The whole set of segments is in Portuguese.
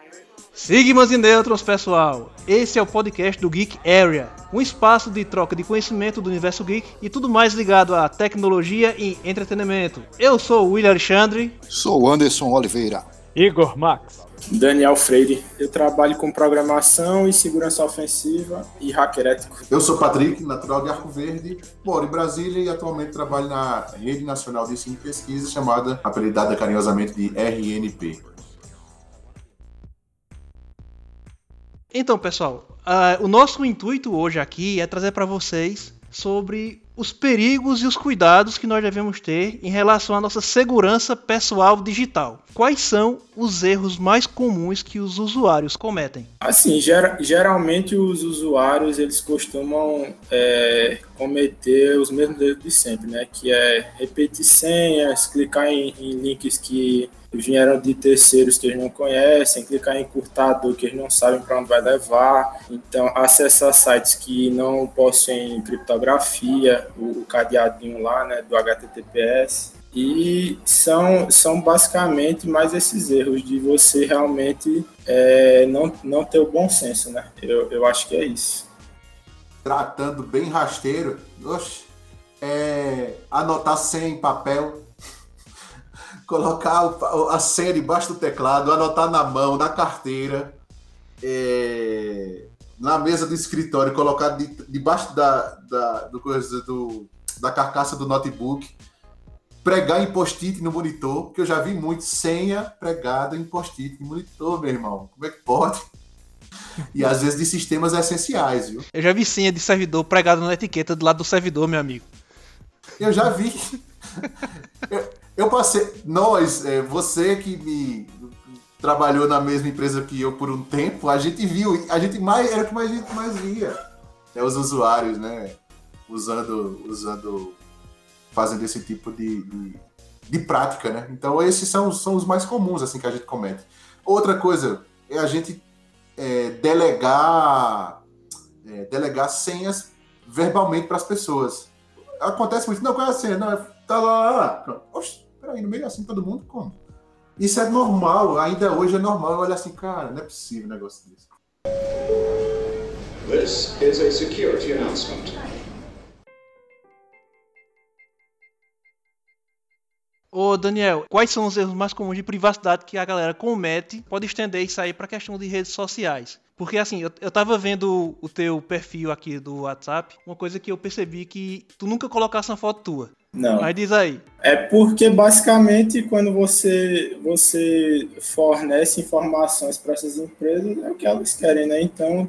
Sigmas e Nêutrons, pessoal! Esse é o podcast do Geek Area, um espaço de troca de conhecimento do universo geek e tudo mais ligado à tecnologia e entretenimento. Eu sou o William Alexandre. Sou o Anderson Oliveira. Igor Max. Daniel Freire. Eu trabalho com programação e segurança ofensiva e hacker ético. Eu sou Patrick, natural de Arco Verde, moro em Brasília e atualmente trabalho na Rede Nacional de Ensino e Pesquisa, chamada, apelidada carinhosamente de RNP. Então, pessoal, o nosso intuito hoje aqui é trazer para vocês sobre os perigos e os cuidados que nós devemos ter em relação à nossa segurança pessoal digital. Quais são os erros mais comuns que os usuários cometem? Assim, geralmente os usuários eles costumam cometer os mesmos erros de sempre, né? Que é repetir senhas, clicar em links que vieram de terceiros que eles não conhecem, clicar em encurtador que eles não sabem para onde vai levar, então acessar sites que não possuem criptografia, o cadeadinho lá, né, do HTTPS, e são basicamente mais esses erros de você realmente não ter o bom senso, né? Eu acho que é isso. Tratando bem rasteiro, anotar senha em papel, colocar a senha debaixo do teclado, anotar na mão, na carteira, na mesa do escritório, colocar debaixo da carcaça do notebook, pregar em post-it no monitor, porque eu já vi muito senha pregada em post-it no monitor, meu irmão. Como é que pode? E às vezes de sistemas essenciais, viu? Eu já vi senha de servidor pregada na etiqueta do lado do servidor, meu amigo. Eu já vi. Eu passei. Você que me trabalhou na mesma empresa que eu por um tempo, a gente viu, era o que a gente mais via. Os usuários, né? Fazendo esse tipo de prática, né? Então esses são os mais comuns assim, que a gente comete. Outra coisa é a gente delegar senhas verbalmente para as pessoas. Acontece muito. Não, qual é a senha? Não, tá lá. Oxe, peraí, no meio assim, todo mundo como? Isso é normal, ainda hoje é normal. Olha assim, cara, não é possível um negócio desse. This is a security announcement. Ô Daniel, quais são os erros mais comuns de privacidade que a galera comete? Pode estender isso aí para a questão de redes sociais. Porque assim, eu tava vendo o teu perfil aqui do WhatsApp, uma coisa que eu percebi que tu nunca colocasse uma foto tua. Não. Mas diz aí. É porque basicamente quando você fornece informações para essas empresas, é o que elas querem, né? Então,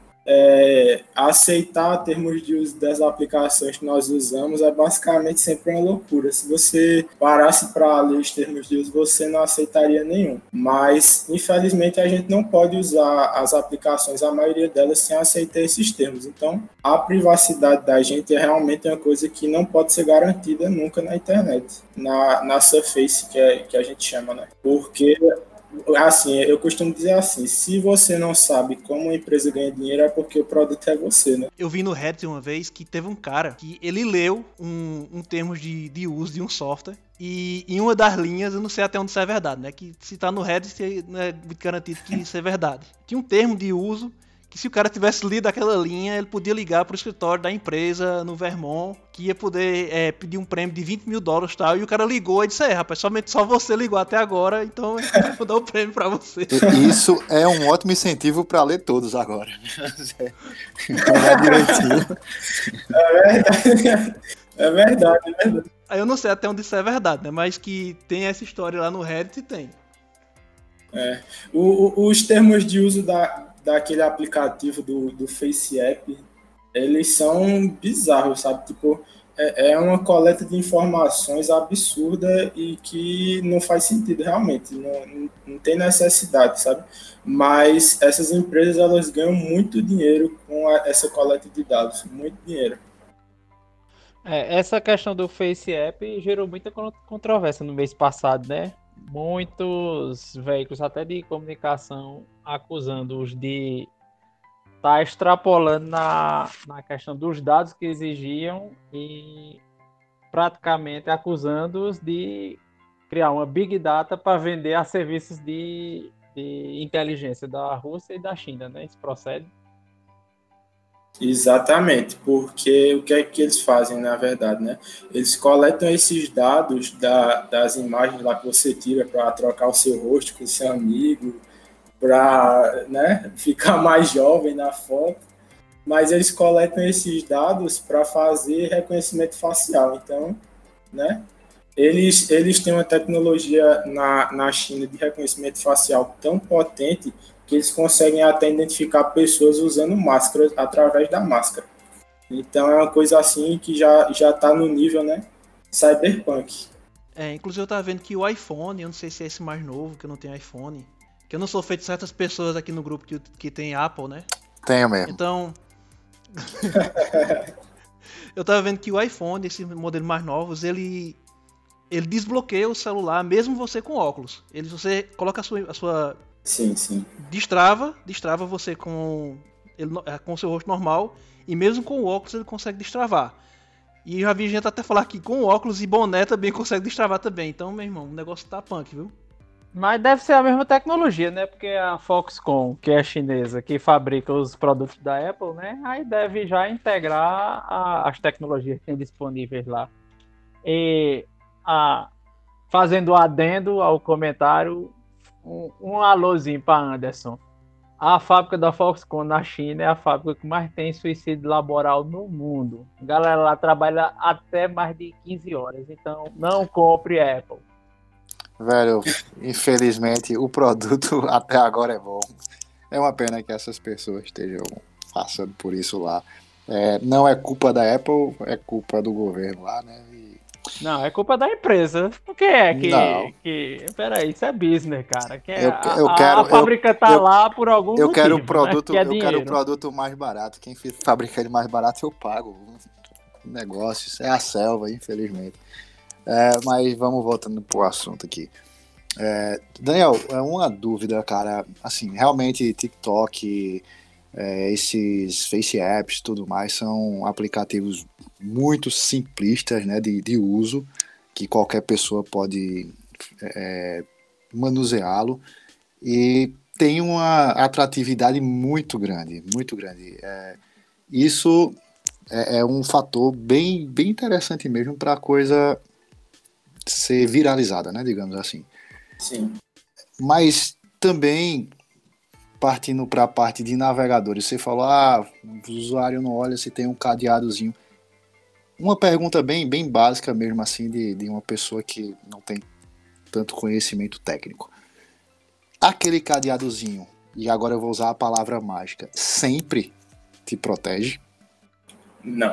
aceitar termos de uso das aplicações que nós usamos é basicamente sempre uma loucura. Se você parasse para ler os termos de uso, você não aceitaria nenhum. Mas, infelizmente, a gente não pode usar as aplicações, a maioria delas, sem aceitar esses termos. Então, a privacidade da gente é realmente uma coisa que não pode ser garantida nunca na internet, na surface, que a gente chama, né? Porque... assim, eu costumo dizer assim, se você não sabe como uma empresa ganha dinheiro é porque o produto é você, né? Eu vi no Reddit uma vez que teve um cara que ele leu um termo de uso de um software e em uma das linhas, eu não sei até onde isso é verdade, né? Que se tá no Reddit não é muito garantido que isso é verdade. Tinha um termo de uso que se o cara tivesse lido aquela linha, ele podia ligar pro escritório da empresa no Vermont, que ia poder pedir um prêmio de $20 mil e tal, e o cara ligou e disse, rapaz, somente só você ligou até agora, então eu vou dar o prêmio pra você. Isso é um ótimo incentivo para ler todos agora. É direitinho. É verdade. Aí eu não sei até onde isso é verdade, né? Mas que tem essa história lá no Reddit, tem. Os termos de uso daquele aplicativo do Face App, eles são bizarros, sabe? É uma coleta de informações absurda e que não faz sentido realmente, não tem necessidade, sabe? Mas essas empresas, elas ganham muito dinheiro com essa coleta de dados, muito dinheiro. Essa questão do Face App gerou muita controvérsia no mês passado, né? Muitos veículos até de comunicação acusando-os de estar extrapolando na questão dos dados que exigiam e praticamente acusando-os de criar uma Big Data para vender a serviços de de inteligência da Rússia e da China, né? Isso procede? Exatamente, porque o que é que eles fazem, na verdade, né? Eles coletam esses dados das imagens lá que você tira para trocar o seu rosto com o seu amigo, para, né, ficar mais jovem na foto, mas eles coletam esses dados para fazer reconhecimento facial. Então, né, eles têm uma tecnologia na China de reconhecimento facial tão potente que eles conseguem até identificar pessoas usando máscaras através da máscara. Então é uma coisa assim que já está no nível, né, cyberpunk. Inclusive eu tava vendo que o iPhone, eu não sei se é esse mais novo, que eu não tenho iPhone, que eu não sou feito de certas pessoas aqui no grupo que tem Apple, né? Tenho mesmo. Então... eu tava vendo que o iPhone, esse modelo mais novos, ele desbloqueia o celular, mesmo você com óculos. Você coloca a sua Sim. Destrava você com o seu rosto normal, e mesmo com o óculos ele consegue destravar. E já vi gente até falar que com óculos e boné também consegue destravar também. Então, meu irmão, o negócio tá punk, viu? Mas deve ser a mesma tecnologia, né? Porque a Foxconn, que é chinesa, que fabrica os produtos da Apple, né? Aí deve já integrar as tecnologias que tem disponíveis lá. E fazendo adendo ao comentário, um alôzinho para Anderson. A fábrica da Foxconn na China é a fábrica que mais tem suicídio laboral no mundo. A galera lá trabalha até mais de 15 horas. Então, não compre Apple. Velho, infelizmente o produto até agora é bom. É uma pena que essas pessoas estejam passando por isso lá. Não é culpa da Apple, é culpa do governo lá, né? Não, é culpa da empresa. Por que é que... Não. Peraí, isso é business, cara. A fábrica tá lá por algum motivo. Eu quero o produto, né? Eu quero o produto mais barato. Quem fabrica ele mais barato, eu pago. Negócios, é a selva, infelizmente. Mas vamos voltando pro assunto aqui. Daniel, é uma dúvida, cara. Assim, realmente TikTok, esses Face Apps e tudo mais são aplicativos muito simplistas, né, de uso, que qualquer pessoa pode manuseá-lo, e tem uma atratividade muito grande, muito grande. Isso é um fator bem interessante mesmo para a coisa ser viralizada, né, digamos assim. Sim. Mas também, partindo para a parte de navegadores, você falou, o usuário não olha se tem um cadeadozinho. Uma pergunta bem básica mesmo assim, de uma pessoa que não tem tanto conhecimento técnico. Aquele cadeadozinho, e agora eu vou usar a palavra mágica, sempre te protege? Não.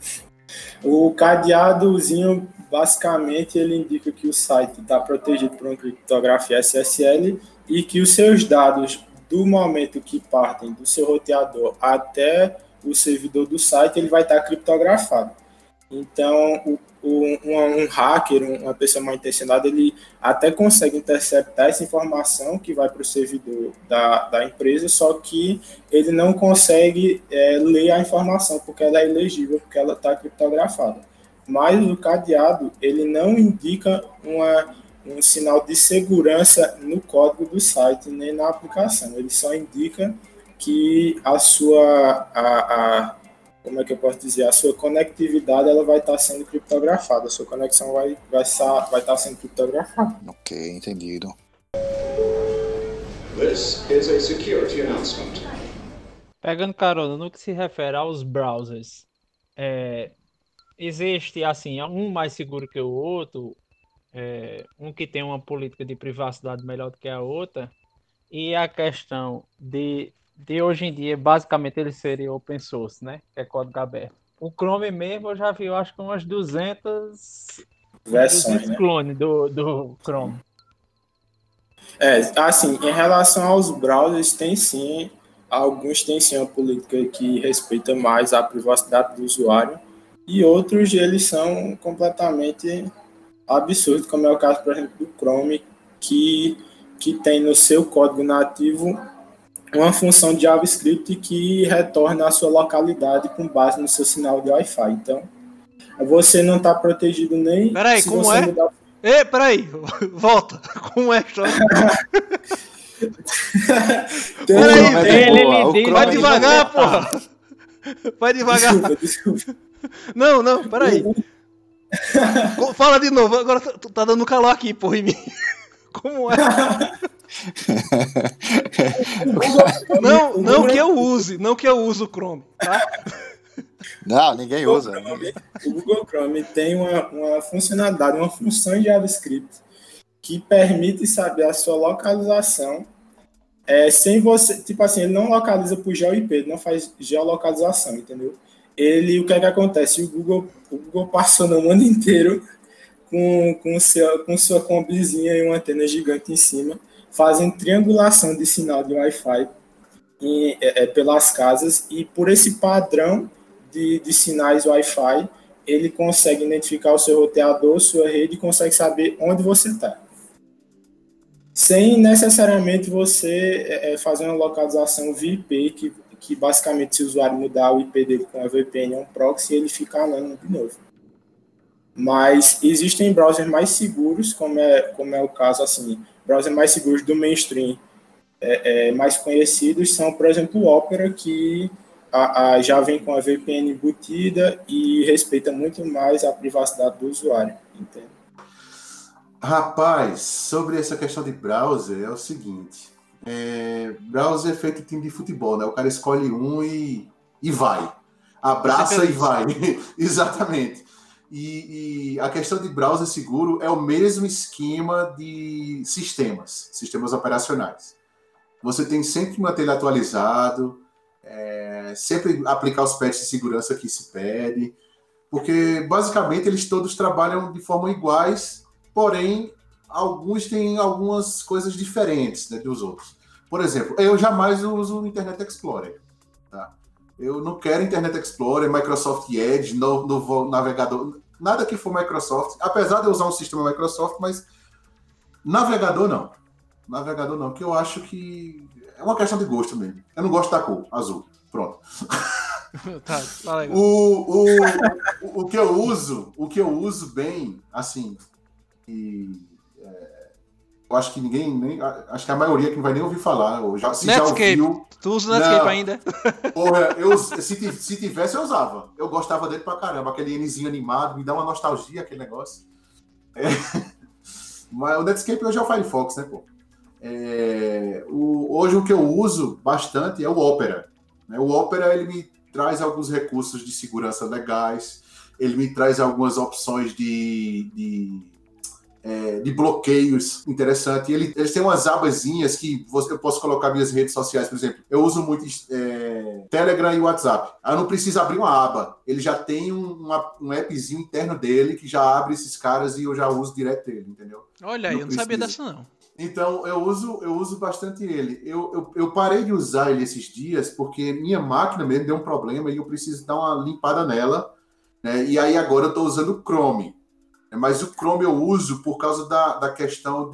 O cadeadozinho, basicamente, ele indica que o site está protegido por uma criptografia SSL e que os seus dados, do momento que partem do seu roteador até o servidor do site, ele vai estar criptografado. Então, um hacker, uma pessoa mal intencionada, ele até consegue interceptar essa informação que vai para o servidor da empresa, só que ele não consegue ler a informação, porque ela é ilegível, porque ela está criptografada. Mas o cadeado, ele não indica um sinal de segurança no código do site, nem na aplicação. Ele só indica que a sua... como é que eu posso dizer? A sua conectividade ela vai estar sendo criptografada. A sua conexão vai estar sendo criptografada. Ok, entendido. This is a security announcement. Pegando carona no que se refere aos browsers, existe assim um mais seguro que o outro, um que tem uma política de privacidade melhor do que a outra, e a questão de hoje em dia, basicamente, ele seria open source, né? Que é código aberto. O Chrome mesmo, eu já vi, eu acho que umas 200 versões, né? clones do Chrome. Assim, em relação aos browsers, alguns têm sim uma política que respeita mais a privacidade do usuário, e outros, eles são completamente absurdos, como é o caso, por exemplo, do Chrome, que tem no seu código nativo uma função de JavaScript que retorna a sua localidade com base no seu sinal de Wi-Fi. Então, você não está protegido nem... Peraí, como é? Peraí, volta. Como é a história? Peraí, vai devagar, porra. Vai devagar. Desculpa. Não, peraí. Fala de novo, agora tu tá dando calor aqui, porra, em mim. Como é? Não que eu use o Chrome, tá? Não, ninguém usa. O Google Chrome tem uma funcionalidade, uma função de JavaScript que permite saber a sua localização sem você, tipo assim, ele não localiza por GeoIP, ele não faz geolocalização, entendeu? O que é que acontece? O Google passou no mundo inteiro com sua combizinha e uma antena gigante em cima, fazem triangulação de sinal de Wi-Fi pelas casas, e por esse padrão de sinais Wi-Fi, ele consegue identificar o seu roteador, sua rede, e consegue saber onde você está. Sem necessariamente você fazer uma localização via IP, que basicamente, se o usuário mudar o IP dele com a VPN, é um proxy, ele fica anônimo de novo. Mas existem browsers mais seguros, como é o caso, assim, browsers mais seguros do mainstream, mais conhecidos, são, por exemplo, o Opera, que já vem com a VPN embutida e respeita muito mais a privacidade do usuário, entende? Rapaz, sobre essa questão de browser, é o seguinte. Browser é feito time de futebol, né? O cara escolhe um e vai. Abraça e vai. Exatamente. E a questão de browser seguro é o mesmo esquema de sistemas operacionais. Você tem sempre que manter ele atualizado, sempre aplicar os patches de segurança que se pede, porque basicamente eles todos trabalham de forma iguais, porém alguns têm algumas coisas diferentes, né, dos outros. Por exemplo, eu jamais uso o Internet Explorer. Tá? Eu não quero Internet Explorer, Microsoft Edge, novo navegador, nada que for Microsoft, apesar de eu usar um sistema Microsoft, mas navegador não. Navegador não, porque eu acho que é uma questão de gosto mesmo. Eu não gosto da cor azul. Pronto. Tá legal. O que eu uso bem, assim, eu acho que acho que a maioria que não vai nem ouvir falar. Se Netscape. Já ouviu, tu usa o Netscape ainda? Porra, se tivesse, eu usava. Eu gostava dele pra caramba. Aquele Nzinho animado, me dá uma nostalgia aquele negócio. Mas o Netscape hoje é o Firefox, né, pô? Hoje o que eu uso bastante é o Opera. O Opera, ele me traz alguns recursos de segurança legais, ele me traz algumas opções de bloqueios interessantes. Eles têm umas abazinhas que eu posso colocar minhas redes sociais, por exemplo. Eu uso muito Telegram e WhatsApp. Eu não preciso abrir uma aba. Ele já tem um appzinho interno dele que já abre esses caras e eu já uso direto dele, entendeu? Olha aí, eu não sabia dessa não. Então, eu uso bastante ele. Eu parei de usar ele esses dias porque minha máquina mesmo deu um problema e eu preciso dar uma limpada nela, né? E aí agora eu estou usando o Chrome. Mas o Chrome eu uso por causa da questão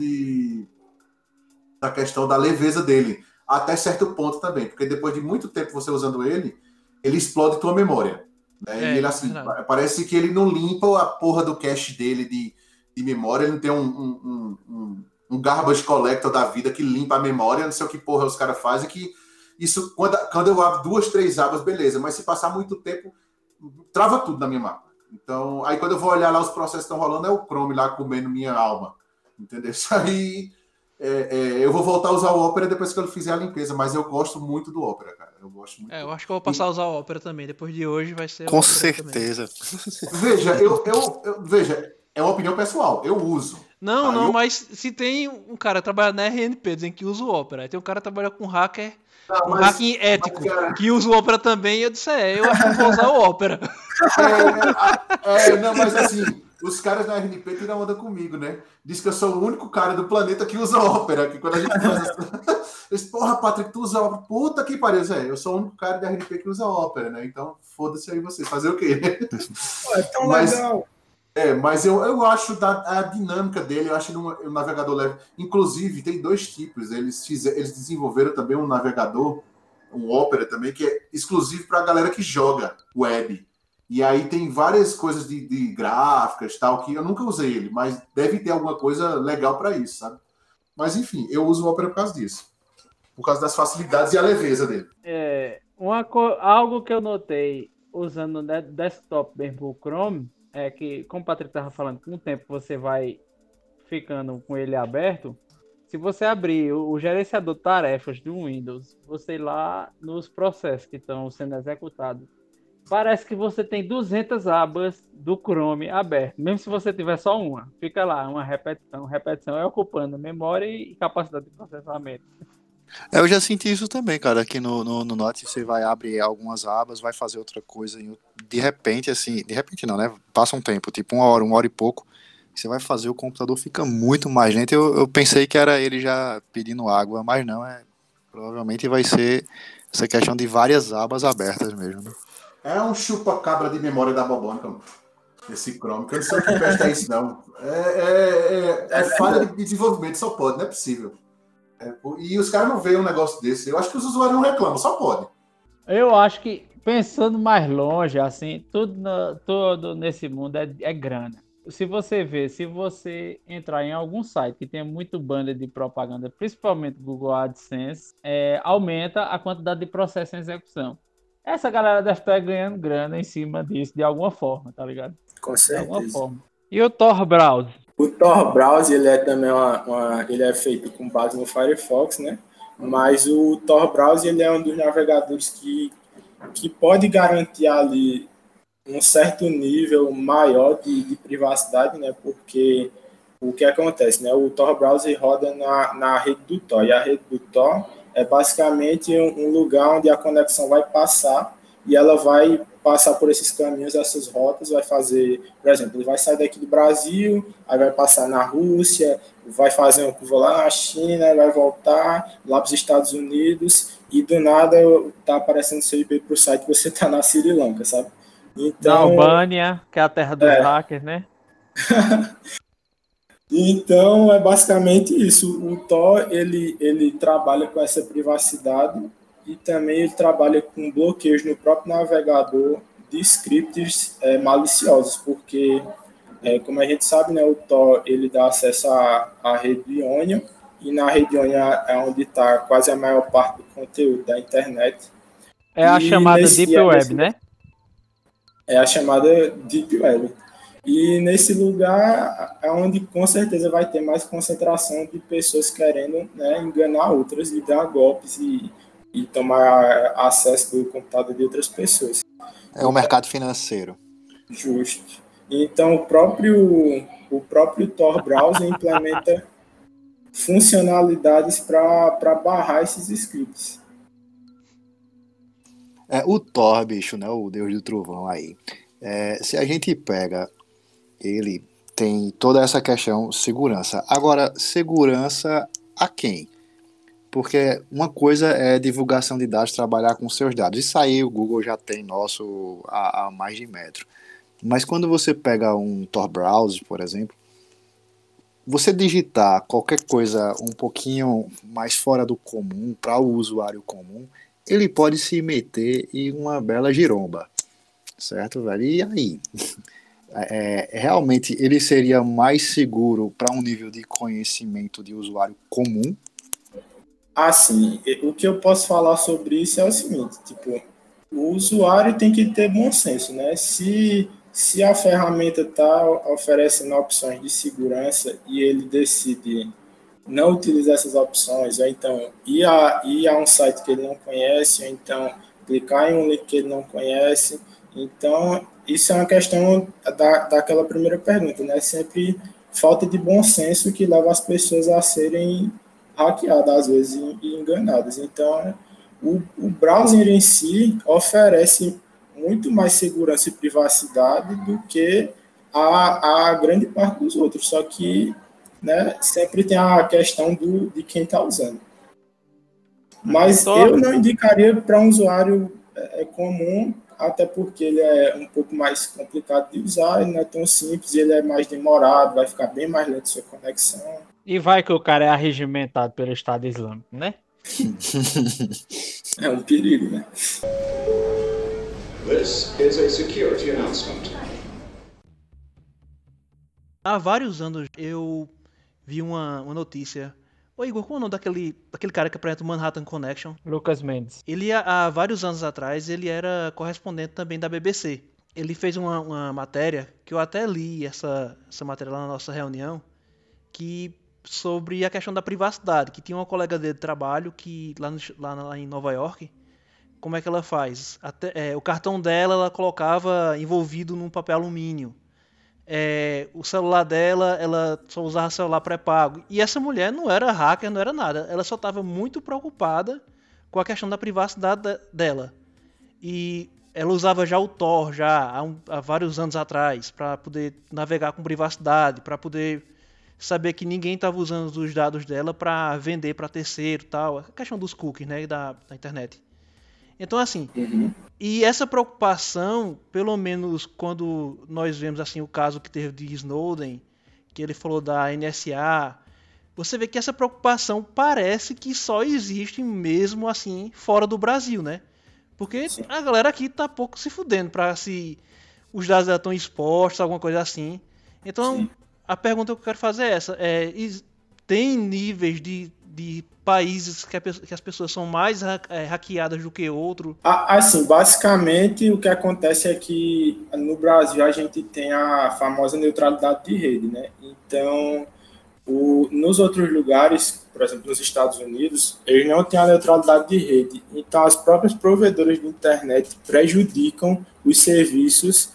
da leveza dele. Até certo ponto também. Porque depois de muito tempo você usando ele explode tua memória. Né? E ele, assim, parece que ele não limpa a porra do cache dele de memória. Ele não tem um garbage collector da vida que limpa a memória, não sei o que porra os caras fazem, que isso, quando eu abro 2, 3 abas, beleza, mas se passar muito tempo, trava tudo na minha máquina. Então, aí quando eu vou olhar lá os processos que estão rolando, é o Chrome lá comendo minha alma, entendeu? Isso aí, eu vou voltar a usar o Opera depois que eu fizer a limpeza, mas eu gosto muito do Opera, cara, eu gosto muito. Eu acho que eu vou passar a usar o Opera também, depois de hoje vai ser com certeza. Veja, veja, é uma opinião pessoal, eu uso. Não, mas se tem um cara trabalhando na RNP dizendo que usa o Opera, aí tem um cara que trabalha com hacker, hacking ético, que usa o Opera também, e eu disse, eu acho que eu vou usar o Opera. Não, mas assim, os caras na RNP tiram onda comigo, né? Diz que eu sou o único cara do planeta que usa Opera, que quando a gente faz eles, porra, Patrick, tu usa Opera? Puta que pariu, eu sou o único cara da RNP que usa Opera, né? Então, foda-se aí vocês, fazer o quê? É tão legal. Mas eu acho a dinâmica dele, eu acho um navegador leve. Inclusive, tem 2 tipos. Eles desenvolveram também um navegador, um Opera também, que é exclusivo para a galera que joga web. E aí tem várias coisas de gráficas tal, que eu nunca usei ele, mas deve ter alguma coisa legal para isso, sabe? Mas enfim, eu uso o Opera por causa disso. por causa das facilidades e a leveza dele. Algo que eu notei usando o desktop mesmo o Chrome é que, como o Patrick estava falando, com o tempo você vai ficando com ele aberto. Se você abrir o gerenciador de tarefas do Windows, você ir lá nos processos que estão sendo executados, parece que você tem 200 abas do Chrome abertas, mesmo se você tiver só uma. Fica lá, uma repetição é ocupando memória e capacidade de processamento. Eu já senti isso também, cara, aqui no Note você vai abrir algumas abas, vai fazer outra coisa, e de repente não, né, passa um tempo, tipo uma hora e pouco, você vai fazer, o computador fica muito mais lento. Eu pensei que era ele já pedindo água, mas não, provavelmente vai ser essa questão de várias abas abertas mesmo, né? É um chupa-cabra de memória da Bobônica, esse Chrome, que eu não sei o que presta isso, não. É falha de desenvolvimento, só pode, não é possível. E os caras não veem um negócio desse. Eu acho que os usuários não reclamam, só pode. Eu acho que, pensando mais longe, assim, tudo nesse mundo é grana. Se você entrar em algum site que tenha muito banner de propaganda, principalmente Google AdSense, aumenta a quantidade de processo em execução. Essa galera deve estar ganhando grana em cima disso, de alguma forma, tá ligado? Com certeza. De alguma forma. E o Tor Browser? O Tor Browser, ele é também ele é feito com base no Firefox, né? Mas o Tor Browser, ele é um dos navegadores que pode garantir ali um certo nível maior de privacidade, né? Porque o que acontece, né? O Tor Browser roda na rede do Tor, e a rede do Tor é basicamente um lugar onde a conexão vai passar e ela vai passar por esses caminhos, essas rotas, vai fazer, por exemplo, ele vai sair daqui do Brasil, aí vai passar na Rússia, vai fazer uma curva lá na China, vai voltar lá para os Estados Unidos, e do nada tá aparecendo seu IP para o site que você tá na Sri Lanka, sabe? Então, na Albânia, que é a terra dos hackers, né? Então, é basicamente isso. O Tor, ele trabalha com essa privacidade e também ele trabalha com bloqueios no próprio navegador de scripts maliciosos, porque, como a gente sabe, né, o Tor ele dá acesso à rede Onion, e na rede Onion é onde está quase a maior parte do conteúdo da internet. É a chamada Deep Web, né? É a chamada Deep Web. E nesse lugar é onde com certeza vai ter mais concentração de pessoas querendo, né, enganar outras e dar golpes e tomar acesso do computador de outras pessoas. É o mercado financeiro. Justo. Então o próprio Tor Browser implementa funcionalidades para barrar esses scripts. O Tor, bicho, né, o Deus do Trovão aí. Se a gente pega, ele tem toda essa questão segurança. Agora, segurança a quem? Porque uma coisa é divulgação de dados, trabalhar com seus dados. Isso aí o Google já tem nosso há mais de metro. Mas quando você pega um Tor Browser, por exemplo, você digitar qualquer coisa um pouquinho mais fora do comum, para o usuário comum, ele pode se meter em uma bela giromba. Certo, velho? E aí? Realmente ele seria mais seguro para um nível de conhecimento de usuário comum? Assim, o que eu posso falar sobre isso é o seguinte, tipo, o usuário tem que ter bom senso, né? Se a ferramenta está oferecendo opções de segurança e ele decide não utilizar essas opções, ou então ir a um site que ele não conhece, ou então clicar em um link que ele não conhece. Então, isso é uma questão daquela primeira pergunta, né? Sempre falta de bom senso que leva as pessoas a serem hackeadas, às vezes, e enganadas. Então, o browser em si oferece muito mais segurança e privacidade do que a grande parte dos outros. Só que, né, sempre tem a questão de quem está usando. Mas eu não indicaria para um usuário comum, até porque ele é um pouco mais complicado de usar, ele não é tão simples, ele é mais demorado, vai ficar bem mais lento a sua conexão. E vai que o cara é arregimentado pelo Estado Islâmico, né? É um perigo, né? This is a security announcement. Há vários anos eu vi uma notícia, Ô Igor, qual é o nome daquele cara que apresenta o Manhattan Connection? Lucas Mendes. Ele, há vários anos atrás, ele era correspondente também da BBC. Ele fez uma matéria, que eu até li essa matéria lá na nossa reunião, que sobre a questão da privacidade, que tinha uma colega dele de trabalho que lá em Nova York, como é que ela faz? O cartão dela ela colocava envolvido num papel alumínio. O celular dela, ela só usava celular pré-pago. E essa mulher não era hacker, não era nada. Ela só estava muito preocupada com a questão da privacidade dela. E ela usava já o Tor há vários anos atrás para poder navegar com privacidade, para poder saber que ninguém estava usando os dados dela para vender para terceiro, tal. A questão dos cookies, né, da internet. Então, assim, e essa preocupação, pelo menos quando nós vemos assim o caso que teve de Snowden, que ele falou da NSA, você vê que essa preocupação parece que só existe mesmo assim fora do Brasil, né? Porque a galera aqui tá pouco se fudendo para se os dados estão expostos, alguma coisa assim. Então, a pergunta que eu quero fazer é essa: tem níveis de países que as pessoas são mais hackeadas do que outro? Assim, basicamente o que acontece é que no Brasil a gente tem a famosa neutralidade de rede, né? Então, nos outros lugares, por exemplo, nos Estados Unidos, eles não têm a neutralidade de rede. Então, as próprias provedoras de internet prejudicam os serviços,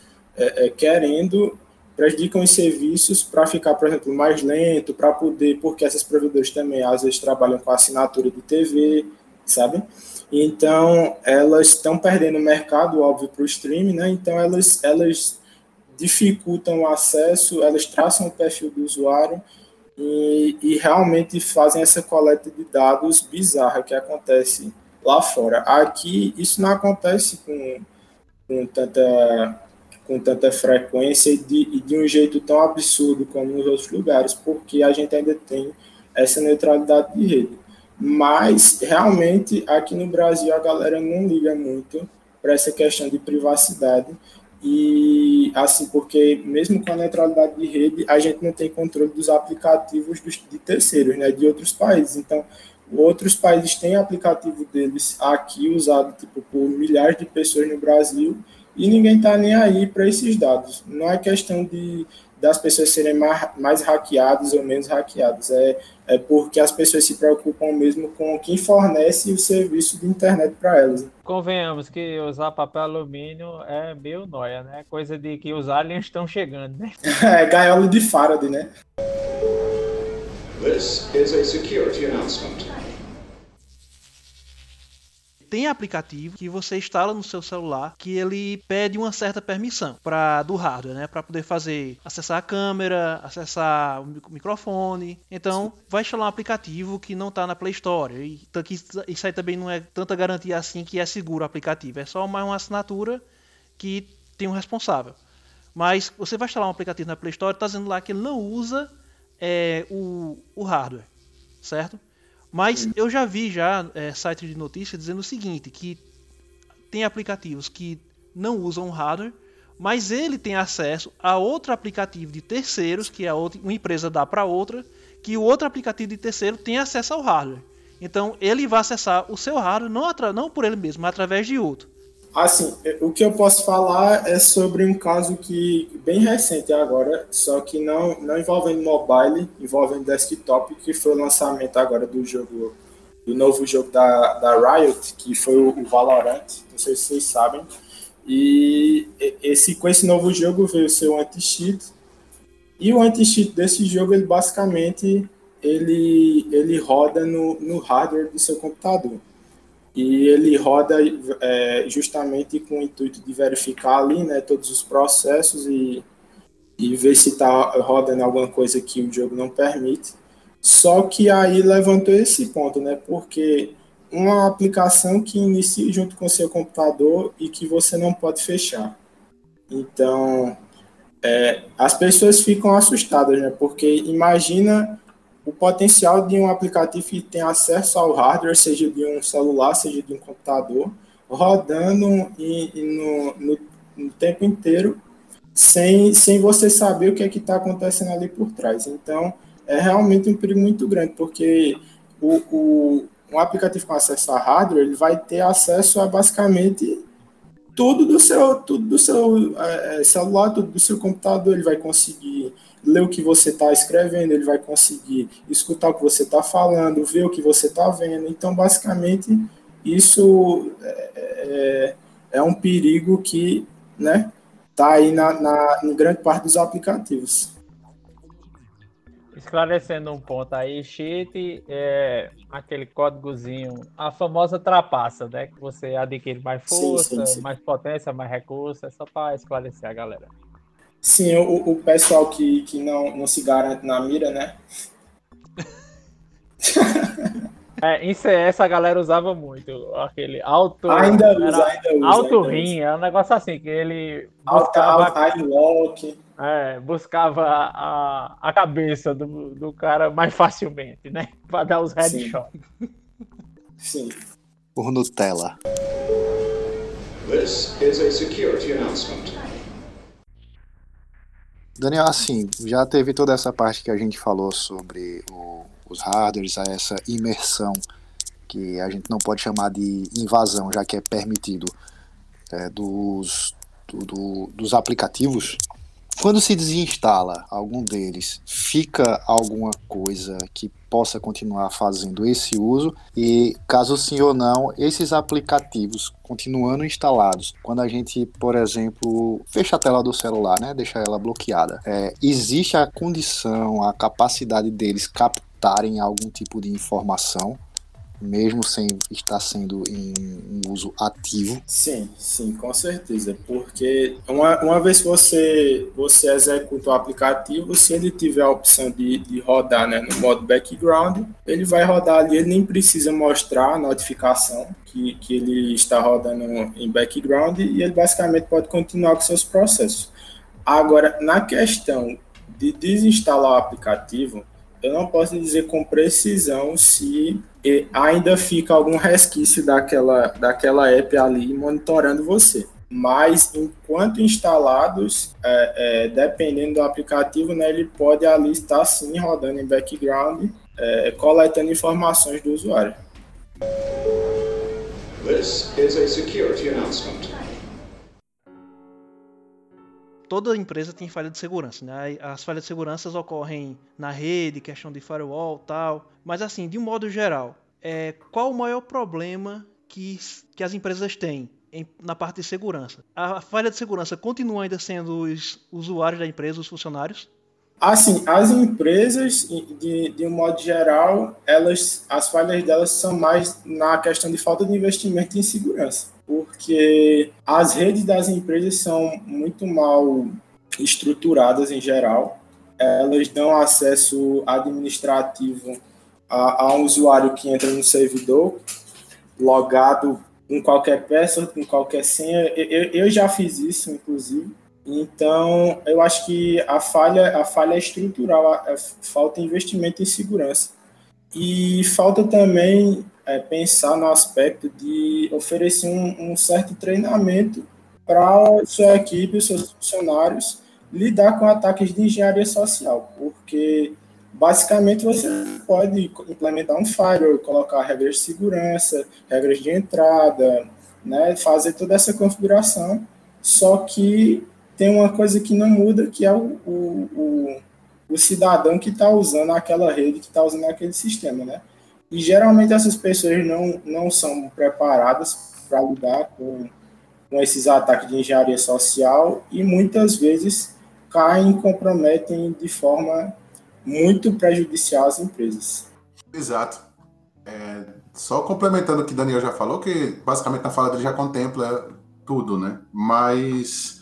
prejudicam os serviços para ficar, por exemplo, mais lento, para poder, porque essas provedoras também às vezes trabalham com assinatura de TV, sabe? Então, elas estão perdendo o mercado, óbvio, para o streaming, né? Então, elas dificultam o acesso, elas traçam o perfil do usuário e realmente fazem essa coleta de dados bizarra que acontece lá fora. Aqui, isso não acontece com tanta frequência e de um jeito tão absurdo como nos outros lugares, porque a gente ainda tem essa neutralidade de rede. Mas, realmente, aqui no Brasil, a galera não liga muito para essa questão de privacidade. E, assim, porque mesmo com a neutralidade de rede, a gente não tem controle dos aplicativos de terceiros, né, de outros países. Então, outros países têm aplicativo deles aqui usado tipo, por milhares de pessoas no Brasil e ninguém está nem aí para esses dados. Não é questão das pessoas serem mais hackeadas ou menos hackeadas, é porque as pessoas se preocupam mesmo com quem fornece o serviço de internet para elas. Convenhamos que usar papel alumínio é meio nóia, né? Coisa de que os aliens estão chegando, né? É gaiola de Faraday, né? This is a security announcement. Tem aplicativo que você instala no seu celular que ele pede uma certa permissão do hardware, né, para poder acessar a câmera, acessar o microfone. Então, vai instalar um aplicativo que não está na Play Store. E isso aí também não é tanta garantia assim que é seguro o aplicativo. É só mais uma assinatura que tem um responsável. Mas você vai instalar um aplicativo na Play Store, está dizendo lá que ele não usa o hardware, certo? Mas eu já vi sites de notícias dizendo o seguinte, que tem aplicativos que não usam hardware, mas ele tem acesso a outro aplicativo de terceiros, que uma empresa dá para outra, que o outro aplicativo de terceiro tem acesso ao hardware. Então ele vai acessar o seu hardware não por ele mesmo, mas através de outro. Assim, o que eu posso falar é sobre um caso bem recente agora, só que não envolvendo mobile, envolvendo desktop, que foi o lançamento agora do novo jogo da Riot, que foi o Valorant, não sei se vocês sabem. E com esse novo jogo veio ser o anti-cheat, e o anti-cheat desse jogo, ele basicamente ele roda no hardware do seu computador. E ele roda justamente com o intuito de verificar ali, né, todos os processos e ver se está rodando alguma coisa que o jogo não permite. Só que aí levantou esse ponto, né, porque uma aplicação que inicia junto com o seu computador e que você não pode fechar. Então, as pessoas ficam assustadas, né, porque imagina o potencial de um aplicativo que tem acesso ao hardware, seja de um celular, seja de um computador, rodando no tempo inteiro, sem você saber o que é que está acontecendo ali por trás. Então, é realmente um perigo muito grande, porque um aplicativo com acesso a hardware, ele vai ter acesso a basicamente tudo do seu celular, tudo do seu computador. Ele vai conseguir ler o que você está escrevendo, ele vai conseguir escutar o que você está falando, ver o que você está vendo. Então, basicamente, isso é um perigo que, né, está aí em grande parte dos aplicativos. Esclarecendo um ponto aí, cheat é aquele códigozinho, a famosa trapaça, né? Que você adquire mais força, Sim. mais potência, mais recurso, é só para esclarecer a galera. Sim, o pessoal que não se garante na mira, né? Em CS a galera usava muito aquele auto. Ainda usa. Auto rim, é um negócio assim, que ele buscava a cabeça do cara mais facilmente, né? Pra dar os headshots. Sim. Por Nutella. This is a security announcement. Daniel, assim, já teve toda essa parte que a gente falou sobre os hardwares, essa imersão, que a gente não pode chamar de invasão, já que é permitido, dos aplicativos. Quando se desinstala algum deles, fica alguma coisa que possa continuar fazendo esse uso? E caso sim ou não, esses aplicativos continuando instalados, quando a gente, por exemplo, fecha a tela do celular, né, deixa ela bloqueada, existe a condição, a capacidade deles captarem algum tipo de informação, mesmo sem estar sendo em um uso ativo? Sim, com certeza, porque uma vez que você executa o aplicativo, se ele tiver a opção de rodar, né, no modo background, ele vai rodar ali, ele nem precisa mostrar a notificação que ele está rodando em background, e ele basicamente pode continuar com seus processos. Agora, na questão de desinstalar o aplicativo, eu não posso dizer com precisão se ainda fica algum resquício daquela app ali monitorando você. Mas, enquanto instalados, dependendo do aplicativo, né, ele pode ali estar sim rodando em background, coletando informações do usuário. This is a security announcement. Toda empresa tem falha de segurança, né? As falhas de segurança ocorrem na rede, questão de firewall e tal. Mas assim, de um modo geral, qual o maior problema que as empresas têm na parte de segurança? A falha de segurança continua ainda sendo os usuários da empresa, os funcionários? Assim, as empresas, de um modo geral, as falhas delas são mais na questão de falta de investimento em segurança, porque as redes das empresas são muito mal estruturadas em geral, elas dão acesso administrativo a um usuário que entra no servidor, logado com qualquer password, com qualquer senha. Eu já fiz isso, inclusive. Então, eu acho que a falha é estrutural, falta investimento em segurança. E falta também pensar no aspecto de oferecer um certo treinamento para a sua equipe, os seus funcionários, lidar com ataques de engenharia social, porque basicamente você pode implementar um firewall, colocar regras de segurança, regras de entrada, né, fazer toda essa configuração, só que tem uma coisa que não muda, que é o cidadão que está usando aquela rede, que está usando aquele sistema, né? E geralmente essas pessoas não são preparadas para lidar com esses ataques de engenharia social e muitas vezes caem e comprometem de forma muito prejudicial as empresas. Exato. Só complementando o que o Daniel já falou, que basicamente na fala dele já contempla tudo, né? Mas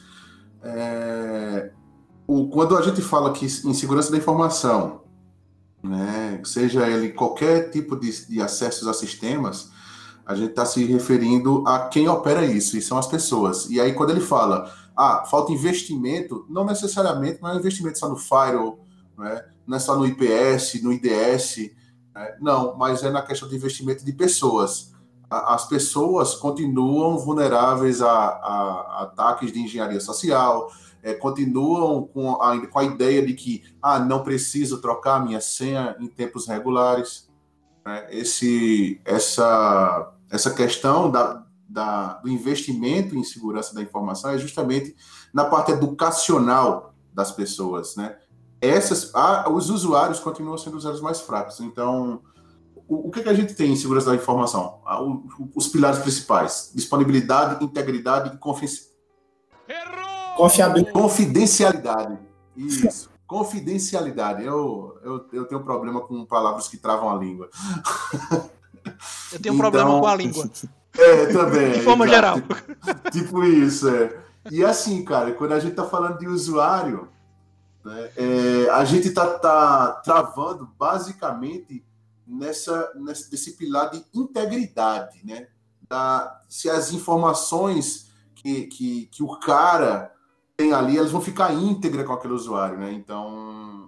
quando a gente fala que em segurança da informação, né, seja ele qualquer tipo de acessos a sistemas, a gente está se referindo a quem opera isso, e são as pessoas. E aí quando ele fala, falta investimento, não necessariamente não é investimento só no firewall, né, não é só no IPS, no IDS, né, não, mas é na questão de investimento de pessoas. As pessoas continuam vulneráveis a ataques de engenharia social, continuam com a ideia de que não preciso trocar minha senha em tempos regulares. né, essa questão do investimento em segurança da informação é justamente na parte educacional das pessoas, né? Os usuários continuam sendo os mais fracos. Então, o que a gente tem em segurança da informação? Os pilares principais: disponibilidade, integridade e confidencialidade. Isso, confidencialidade. Eu tenho problema com palavras que travam a língua. Eu tenho problema com a língua. Também. De forma geral. Tipo isso, E assim, cara, quando a gente tá falando de usuário, né, a gente tá travando basicamente nesse pilar de integridade, né? Se as informações que o cara tem ali, elas vão ficar íntegras com aquele usuário, né? Então,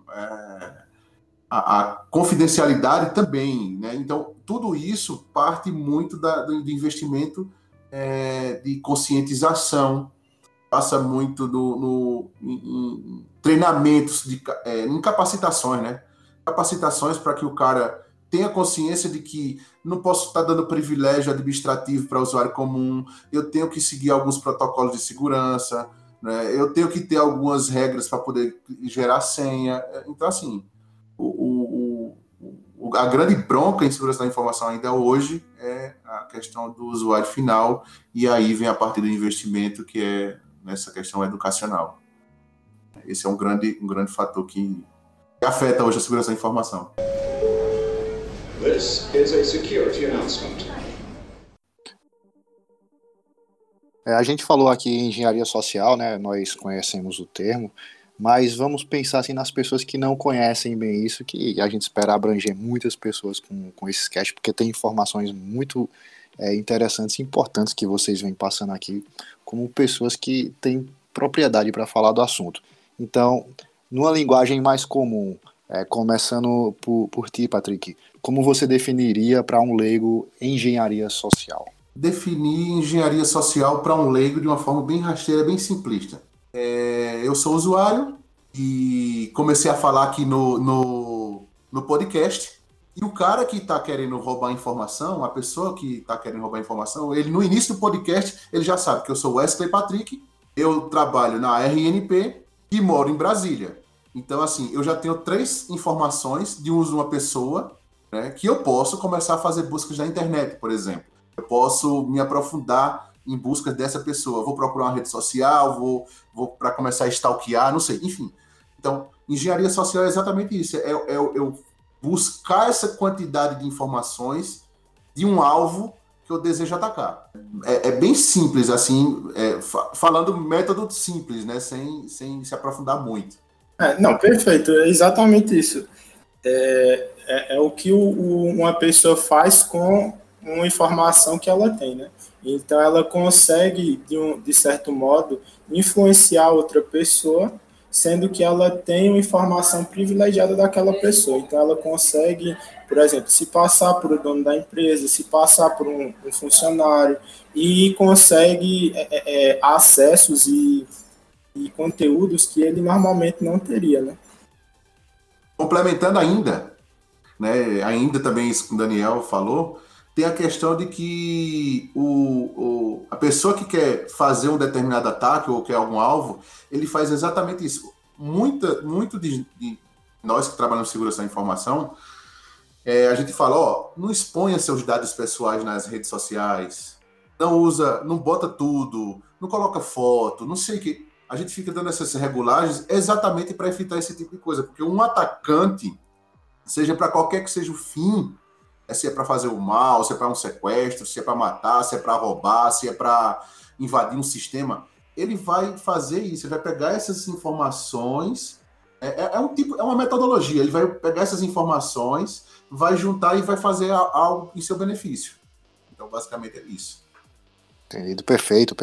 a confidencialidade também, né? Então, tudo isso parte muito do investimento de conscientização, passa muito em treinamentos, em capacitações, né? Capacitações para que o cara tenha consciência de que não posso estar dando privilégio administrativo para o usuário comum, eu tenho que seguir alguns protocolos de segurança, né? Eu tenho que ter algumas regras para poder gerar senha. Então, assim, a grande bronca em segurança da informação ainda hoje é a questão do usuário final, e aí vem a parte do investimento, que é nessa questão educacional. Esse é um grande fator que afeta hoje a segurança da informação. This is a security announcement. A gente falou aqui em engenharia social, né? Nós conhecemos o termo, mas vamos pensar assim nas pessoas que não conhecem bem isso, que a gente espera abranger muitas pessoas com esse sketch, porque tem informações muito interessantes e importantes que vocês vêm passando aqui, como pessoas que têm propriedade para falar do assunto. Então, numa linguagem mais comum, começando por ti, Patrick, como você definiria para um leigo engenharia social? Definir engenharia social para um leigo de uma forma bem rasteira, bem simplista. Eu sou usuário e comecei a falar aqui no podcast, e o cara que está querendo roubar informação, a pessoa que está querendo roubar informação, ele no início do podcast, ele já sabe que eu sou Wesley Patrick, eu trabalho na RNP e moro em Brasília. Então, assim, eu já tenho 3 informações de uso de uma pessoa, né, que eu posso começar a fazer buscas na internet, por exemplo. Eu posso me aprofundar em busca dessa pessoa. Vou procurar uma rede social, vou para começar a stalkear, não sei, enfim. Então, engenharia social é exatamente isso. Eu buscar essa quantidade de informações de um alvo que eu desejo atacar. É bem simples, assim, falando método simples, né, sem se aprofundar muito. Não, perfeito, é exatamente isso. É o que uma pessoa faz com uma informação que ela tem, né? Então ela consegue, de certo modo, influenciar outra pessoa, sendo que ela tem uma informação privilegiada daquela pessoa. Então ela consegue, por exemplo, se passar por o dono da empresa, se passar por um funcionário, e consegue acessos e conteúdos que ele normalmente não teria, né? Complementando ainda, né, ainda também isso que o Daniel falou, tem a questão de que a pessoa que quer fazer um determinado ataque ou quer algum alvo, ele faz exatamente isso. Muito de nós que trabalhamos em segurança da informação, a gente fala, não exponha seus dados pessoais nas redes sociais, não bota tudo, não coloca foto, não sei o que. A gente fica dando essas regulagens exatamente para evitar esse tipo de coisa, porque um atacante, seja para qualquer que seja o fim, se é para fazer o mal, se é para um sequestro, se é para matar, se é para roubar, se é para invadir um sistema, ele vai fazer isso, ele vai pegar essas informações, é uma metodologia, ele vai pegar essas informações, vai juntar e vai fazer algo em seu benefício. Então, basicamente, é isso. Entendido, perfeito.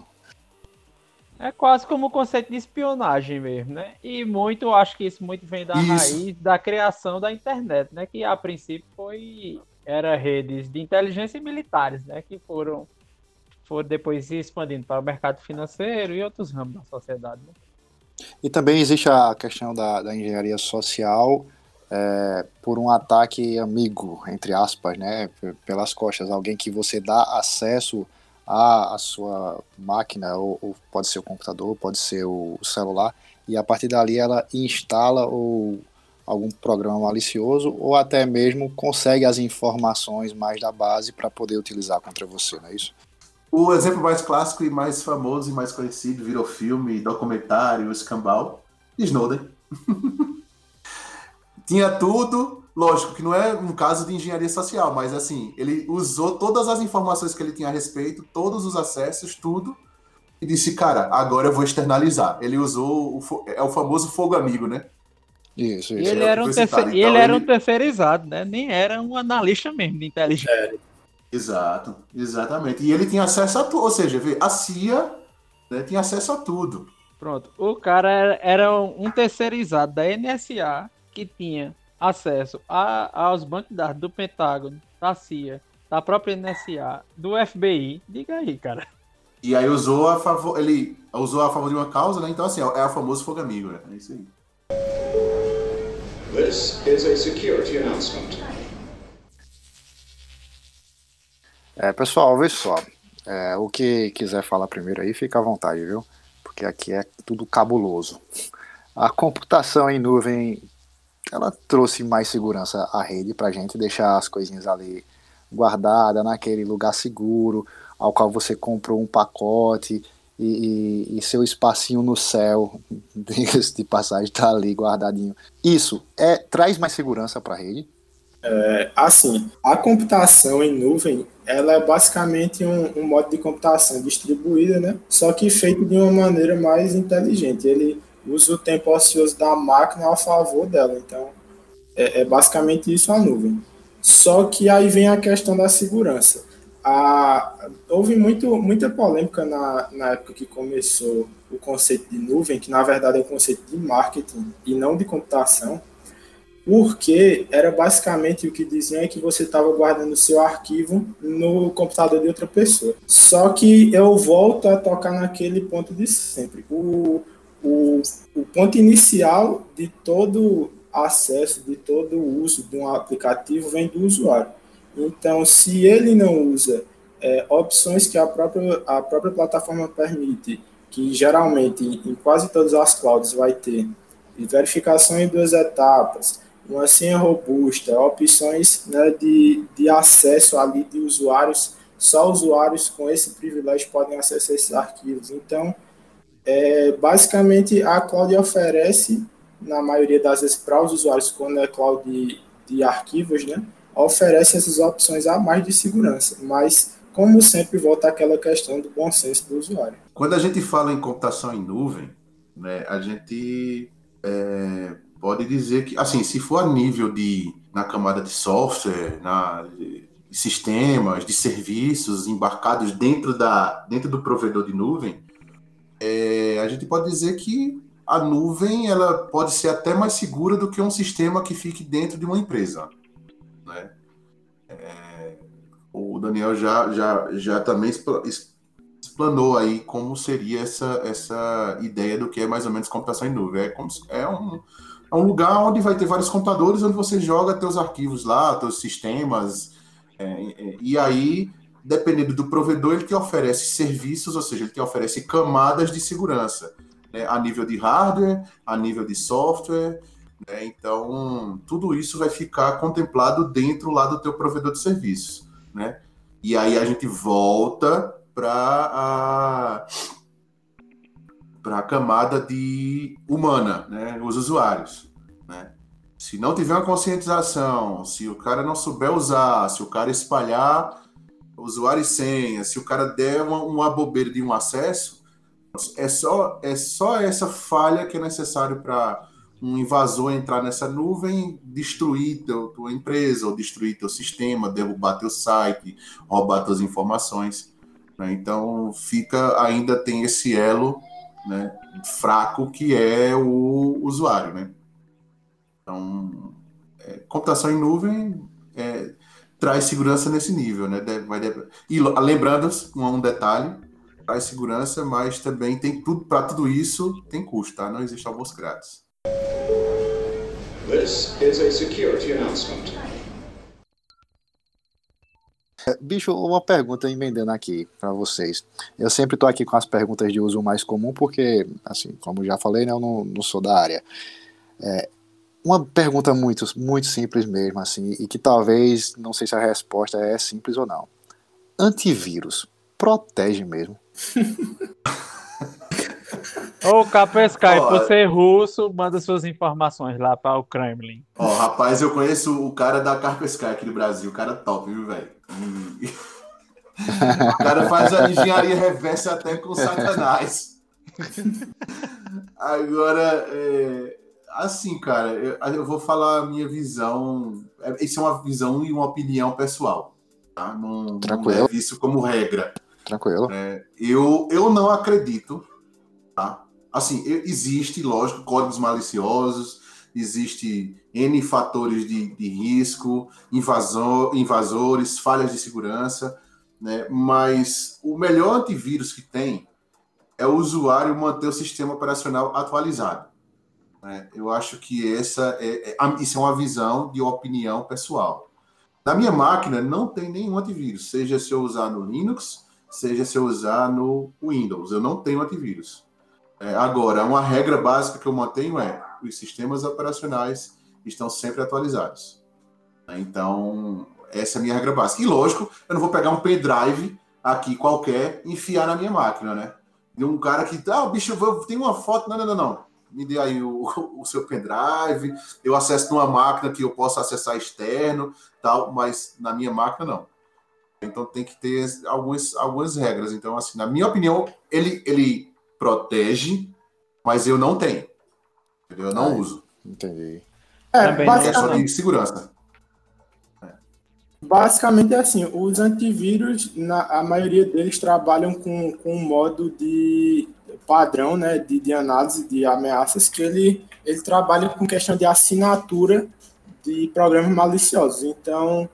É quase como o conceito de espionagem mesmo, né? E eu acho que isso muito vem da raiz da criação da internet, né? Que a princípio era redes de inteligência e militares, né? Que foram depois se expandindo para o mercado financeiro e outros ramos da sociedade, né? E também existe a questão da engenharia social por um ataque amigo, entre aspas, né, pelas costas, alguém que você dá acesso à sua máquina, ou pode ser o computador, pode ser o celular, e a partir dali ela instala algum programa malicioso, ou até mesmo consegue as informações mais da base para poder utilizar contra você, não é isso? O exemplo mais clássico e mais famoso e mais conhecido, virou filme, documentário, escambau, Snowden. Tinha tudo, lógico que não é um caso de engenharia social, mas assim, ele usou todas as informações que ele tinha a respeito, todos os acessos, tudo, e disse, cara, agora eu vou externalizar. Ele usou o famoso fogo amigo, né? Isso. E ele era um terceirizado, né? Nem era um analista mesmo de inteligência. Exato, exatamente. E ele tinha acesso a tudo, ou seja, a CIA, né, tinha acesso a tudo. Pronto, o cara era um terceirizado da NSA que tinha acesso aos bancos de dados do Pentágono, da CIA, da própria NSA, do FBI. Diga aí, cara. E aí ele usou a favor de uma causa, né? Então, assim, é o famoso fogo amigo, né? É isso aí. This is a security announcement. Pessoal, vê só. O que quiser falar primeiro aí, fica à vontade, viu? Porque aqui é tudo cabuloso. A computação em nuvem, ela trouxe mais segurança à rede pra gente deixar as coisinhas ali guardadas naquele lugar seguro, ao qual você comprou um pacote e seu espacinho no céu, diga-se de passagem, tá ali guardadinho. Isso traz mais segurança pra rede? Assim, a computação em nuvem, ela é basicamente um modo de computação distribuída, né? Só que feito de uma maneira mais inteligente. Ele usa o tempo ocioso da máquina a favor dela. Então, é basicamente isso a nuvem. Só que aí vem a questão da segurança. Houve muita polêmica na época que começou o conceito de nuvem, que na verdade é um conceito de marketing e não de computação, porque era basicamente o que diziam é que você estava guardando o seu arquivo no computador de outra pessoa. Só que eu volto a tocar naquele ponto de sempre. O ponto inicial de todo acesso, de todo uso de um aplicativo vem do usuário. Então, se ele não usa opções que a própria plataforma permite, que geralmente em quase todas as clouds vai ter verificação em 2 etapas, uma senha robusta, opções, né, de acesso ali de usuários, só usuários com esse privilégio podem acessar esses arquivos. Então, basicamente, a cloud oferece, na maioria das vezes, para os usuários, quando é cloud de arquivos, né, oferece essas opções a mais de segurança, mas, como sempre, volta àquela questão do bom senso do usuário. Quando a gente fala em computação em nuvem, né, a gente pode dizer que, assim, se for a nível na camada de software, de sistemas, de serviços embarcados dentro do provedor de nuvem, a gente pode dizer que a nuvem ela pode ser até mais segura do que um sistema que fique dentro de uma empresa, né? O Daniel já também explanou aí como seria essa ideia do que é mais ou menos computação em nuvem. É um lugar onde vai ter vários computadores, onde você joga teus arquivos lá, teus sistemas, e aí, dependendo do provedor, ele te oferece serviços, ou seja, ele te oferece camadas de segurança, né, a nível de hardware, a nível de software, né, então tudo isso vai ficar contemplado dentro lá do teu provedor de serviços, né? E aí a gente volta para a camada humana, né? Os usuários, né? Se não tiver uma conscientização, se o cara não souber usar, se o cara espalhar usuário e senha, se o cara der uma bobeira de um acesso, é só essa falha que é necessário para um invasor entrar nessa nuvem, destruir tua empresa, ou destruir teu sistema, derrubar teu site, roubar tuas informações, né? Então ainda tem esse elo, né, fraco, que é o usuário, né? Então, computação em nuvem traz segurança nesse nível, né? E lembrando um detalhe, traz segurança, mas também tem tudo, para tudo isso tem custo, tá? Não existe almoço grátis. This is a security announcement. Bicho, uma pergunta emendando aqui para vocês. Eu sempre tô aqui com as perguntas de uso mais comum, porque, assim, como já falei, né, eu não sou da área. Uma pergunta muito, muito simples mesmo, assim, e que talvez, não sei se a resposta é simples ou não. Antivírus protege mesmo? Ô, Kaspersky, Ó, por ser russo, manda suas informações lá para o Kremlin. Ó, rapaz, eu conheço o cara da Kaspersky aqui do Brasil, o cara top, viu, velho? O cara faz a engenharia reversa até com Satanás. Agora, assim, cara, eu vou falar a minha visão. Isso é uma visão e uma opinião pessoal, tá? Não Tranquilo. leve isso como regra. Tranquilo. Eu não acredito, tá? Assim, existe, lógico, códigos maliciosos, existe N fatores de risco, invasores, falhas de segurança, né? Mas o melhor antivírus que tem é o usuário manter o sistema operacional atualizado, né? Eu acho que isso é uma visão de opinião pessoal. Na minha máquina não tem nenhum antivírus, seja se eu usar no Linux, seja se eu usar no Windows, eu não tenho antivírus. Agora, uma regra básica que eu mantenho é os sistemas operacionais estão sempre atualizados. Então, essa é a minha regra básica. E, lógico, eu não vou pegar um pendrive aqui qualquer e enfiar na minha máquina, né? De um cara que, bicho, tem uma foto... Não. Me dê aí o seu pendrive, eu acesso numa máquina que eu possa acessar externo, tal, mas na minha máquina, não. Então, tem que ter algumas regras. Então, assim, na minha opinião, ele protege, mas eu não tenho. Entendeu? Eu não uso. Entendi. Também não. É só de segurança. Basicamente é assim, os antivírus, a maioria deles trabalham com um modo de padrão, né, de análise de ameaças, que ele trabalha com questão de assinatura de programas maliciosos. Então,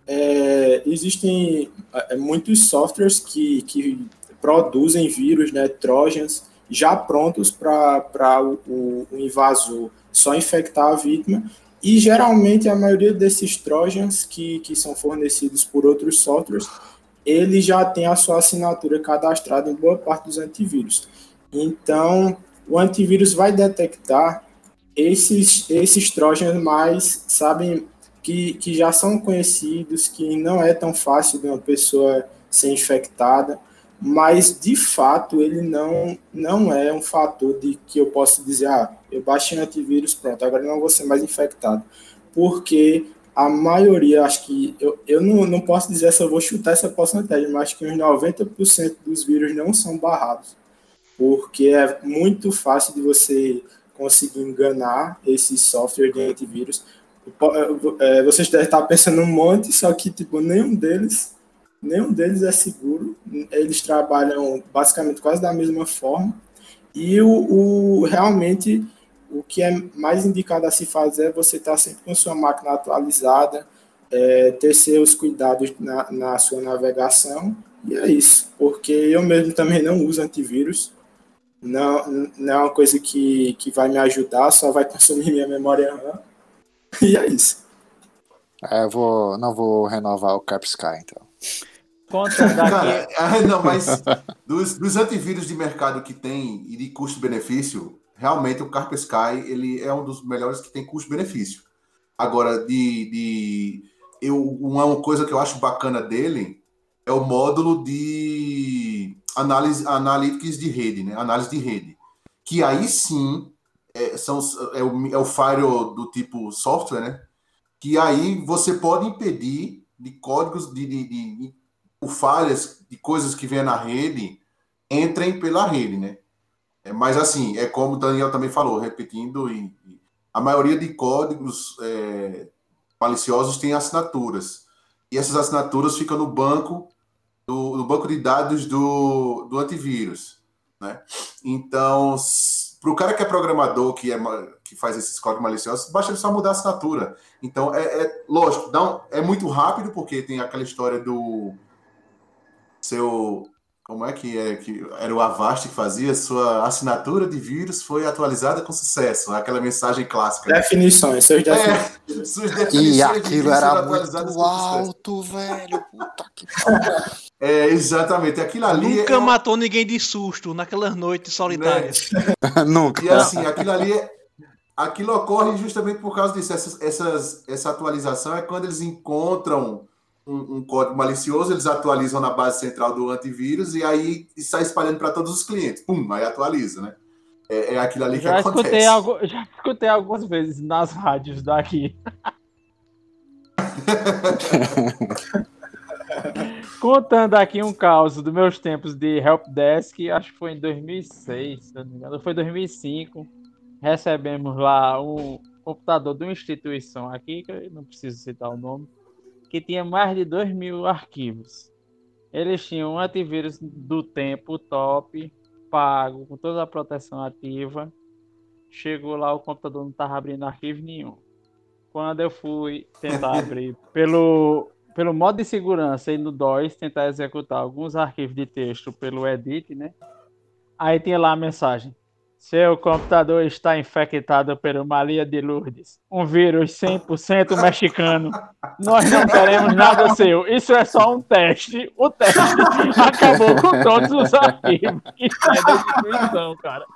existem muitos softwares que produzem vírus, né, trojans, já prontos para o invasor só infectar a vítima, e geralmente a maioria desses trojans que são fornecidos por outros softwares, ele já tem a sua assinatura cadastrada em boa parte dos antivírus. Então, o antivírus vai detectar esses trojans mais, sabem, que já são conhecidos, que não é tão fácil de uma pessoa ser infectada, mas de fato ele não é um fator de que eu posso dizer, eu baixei um antivírus, pronto, agora não vou ser mais infectado, porque a maioria, acho que, eu não posso dizer se eu vou chutar essa porcentagem, mas acho que uns 90% dos vírus não são barrados, porque é muito fácil de você conseguir enganar esse software de antivírus. Vocês devem estar pensando um monte, só que tipo, nenhum deles é seguro. Eles trabalham basicamente quase da mesma forma. E realmente o que é mais indicado a se fazer é você estar sempre com sua máquina atualizada, ter seus cuidados na sua navegação. E é isso, porque eu mesmo também não uso antivírus. Não é uma coisa que vai me ajudar, só vai consumir minha memória RAM. E é isso. Eu não vou renovar o Kaspersky, então. Contando aqui. Cara, não, mas dos antivírus de mercado que tem e de custo-benefício, realmente o Kaspersky ele é um dos melhores que tem custo-benefício. Agora, uma coisa que eu acho bacana dele é o módulo de analytics de rede, né? Análise de rede. Que aí sim é o firewall do tipo software, né? Que aí você pode impedir de códigos de falhas de coisas que vêm na rede entrem pela rede, né? Mas assim, é como o Daniel também falou, repetindo, a maioria de códigos maliciosos tem assinaturas. E essas assinaturas ficam no banco de dados do antivírus, né? Então, para o cara que é programador, que faz esses códigos maliciosos, basta ele só mudar a assinatura. Então, lógico, é muito rápido, porque tem aquela história do seu Como é que era o Avast que fazia? Sua assinatura de vírus foi atualizada com sucesso. Aquela mensagem clássica. Definições, suas definições. Suas E definições de aquilo vírus era foram atualizadas muito com sucesso. alto, velho. Puta que pariu. Exatamente. Aquilo ali Nunca matou ninguém de susto naquelas noites solitárias. Nunca. E assim, aquilo ocorre justamente por causa disso. Essa atualização é quando eles encontram um código malicioso, eles atualizam na base central do antivírus e aí sai espalhando para todos os clientes. Pum, aí atualiza, né? É aquilo ali que acontece. Já escutei algumas vezes nas rádios daqui. Contando aqui um caos dos meus tempos de helpdesk, acho que foi em 2006, se não me engano, foi 2005. Recebemos lá um computador de uma instituição aqui, que eu não preciso citar o nome, que tinha mais de 2.000 arquivos. Eles tinham um antivírus do tempo top, pago, com toda a proteção ativa. Chegou lá, o computador não estava abrindo arquivo nenhum. Quando eu fui tentar abrir pelo modo de segurança e no DOS, tentar executar alguns arquivos de texto pelo edit, né? Aí tinha lá a mensagem: seu computador está infectado pelo Maria de Lourdes, um vírus 100% mexicano. Nós não queremos nada seu. Isso é só um teste. O teste acabou com todos os arquivos que saem da instituição, cara.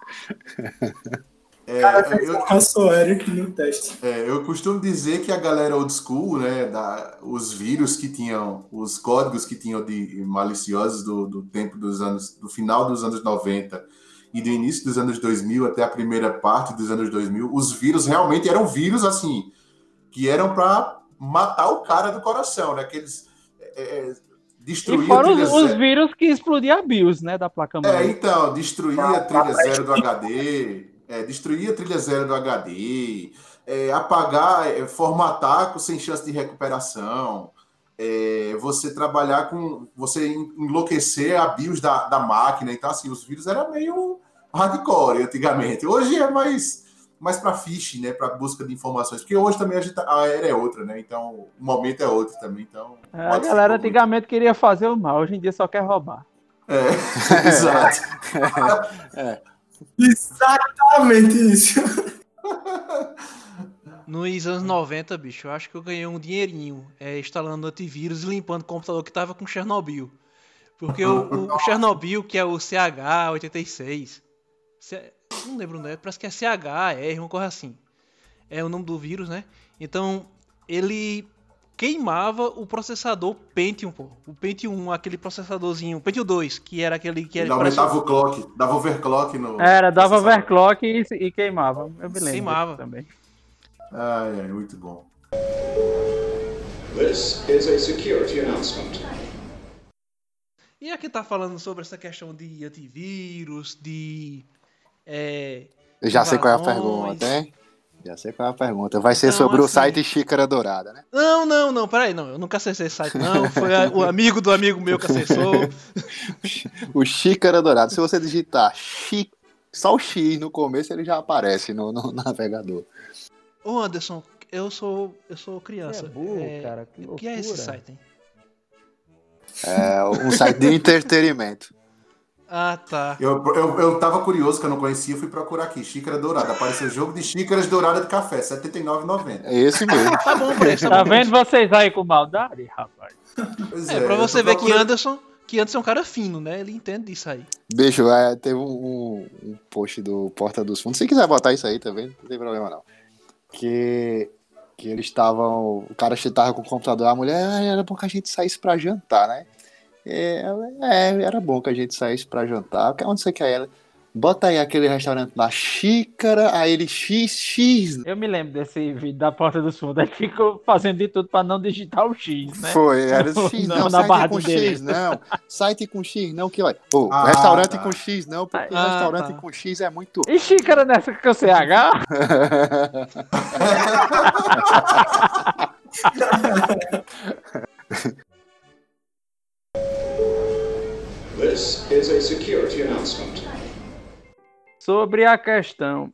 Cara, fez um ransomware aqui no teste. Eu costumo dizer que a galera old school, né, os vírus que tinham, os códigos que tinham de maliciosos do tempo do final dos anos 90 e do início dos anos 2000 até a primeira parte dos anos 2000, os vírus realmente eram vírus, assim, que eram para matar o cara do coração, né? Que eles destruíam... E foram os vírus que explodiam a BIOS, né, da placa-mãe. Então, destruía a trilha zero do HD, destruía a trilha zero do HD, apagar, formatar sem chance de recuperação, você trabalhar você enlouquecer a BIOS da máquina. Então, assim, os vírus eram meio hardcore antigamente. Hoje é mais para phishing, né, para busca de informações, porque hoje também a era é outra, né, então o momento é outro também. Então, a galera antigamente queria fazer o mal, hoje em dia só quer roubar. Exato. Exatamente isso. Nos anos 90, bicho, eu acho que eu ganhei um dinheirinho instalando antivírus e limpando o computador que tava com Chernobyl. Porque o Chernobyl, que é o CH86, não lembro, né? Parece que é CHR, uma coisa assim. É o nome do vírus, né? Então, ele queimava o processador Pentium, pô. O Pentium 1, aquele processadorzinho, Pentium 2, que era aquele que era... Aumentava o clock, dava overclock no... Dava overclock e queimava. Eu me lembro queimava também. Muito bom. This is a security announcement. E aqui tá falando sobre essa questão de antivírus, de... Eu já sei qual é a invasões. pergunta, hein? Já sei qual é a pergunta. Vai ser Então, sobre o assim, site Xícara Dourada, né? Não, peraí, não. Eu nunca acessei esse site, não. Foi o amigo do amigo meu que acessou. O Xícara Dourada. Se você digitar só o X no começo, ele já aparece no navegador. Ô, Anderson, eu sou criança. Você é burro, cara. O que é esse site, hein? É um site de entretenimento. Ah, tá. Eu tava curioso, que eu não conhecia, fui procurar aqui, Xícara Dourada. Apareceu jogo de xícaras douradas de café, R$ 79,90. É esse mesmo. Tá bom, preço. Tá vendo vocês aí com maldade, rapaz? Pois Pra eu você tô ver que procurando- Anderson é um cara fino, né? Ele entende disso aí. Bicho, teve um post do Porta dos Fundos. Se quiser botar isso aí também, não tem problema não. Que eles estavam... O cara tava com o computador, a mulher, era bom que a gente saísse pra jantar, né? Era bom que a gente saísse pra jantar. Onde você quer? Ela, bota aí aquele restaurante na Xícara, aí ele XX. Eu me lembro desse vídeo da Porta dos Fundos. Ele ficou fazendo de tudo pra não digitar o X, né? Foi, era X não, Na barra site com do endereço. X não, site com X não, que olha, restaurante com X não, porque restaurante tá. com X é muito... E xícara nessa com o CH? This is a security announcement. Sobre a questão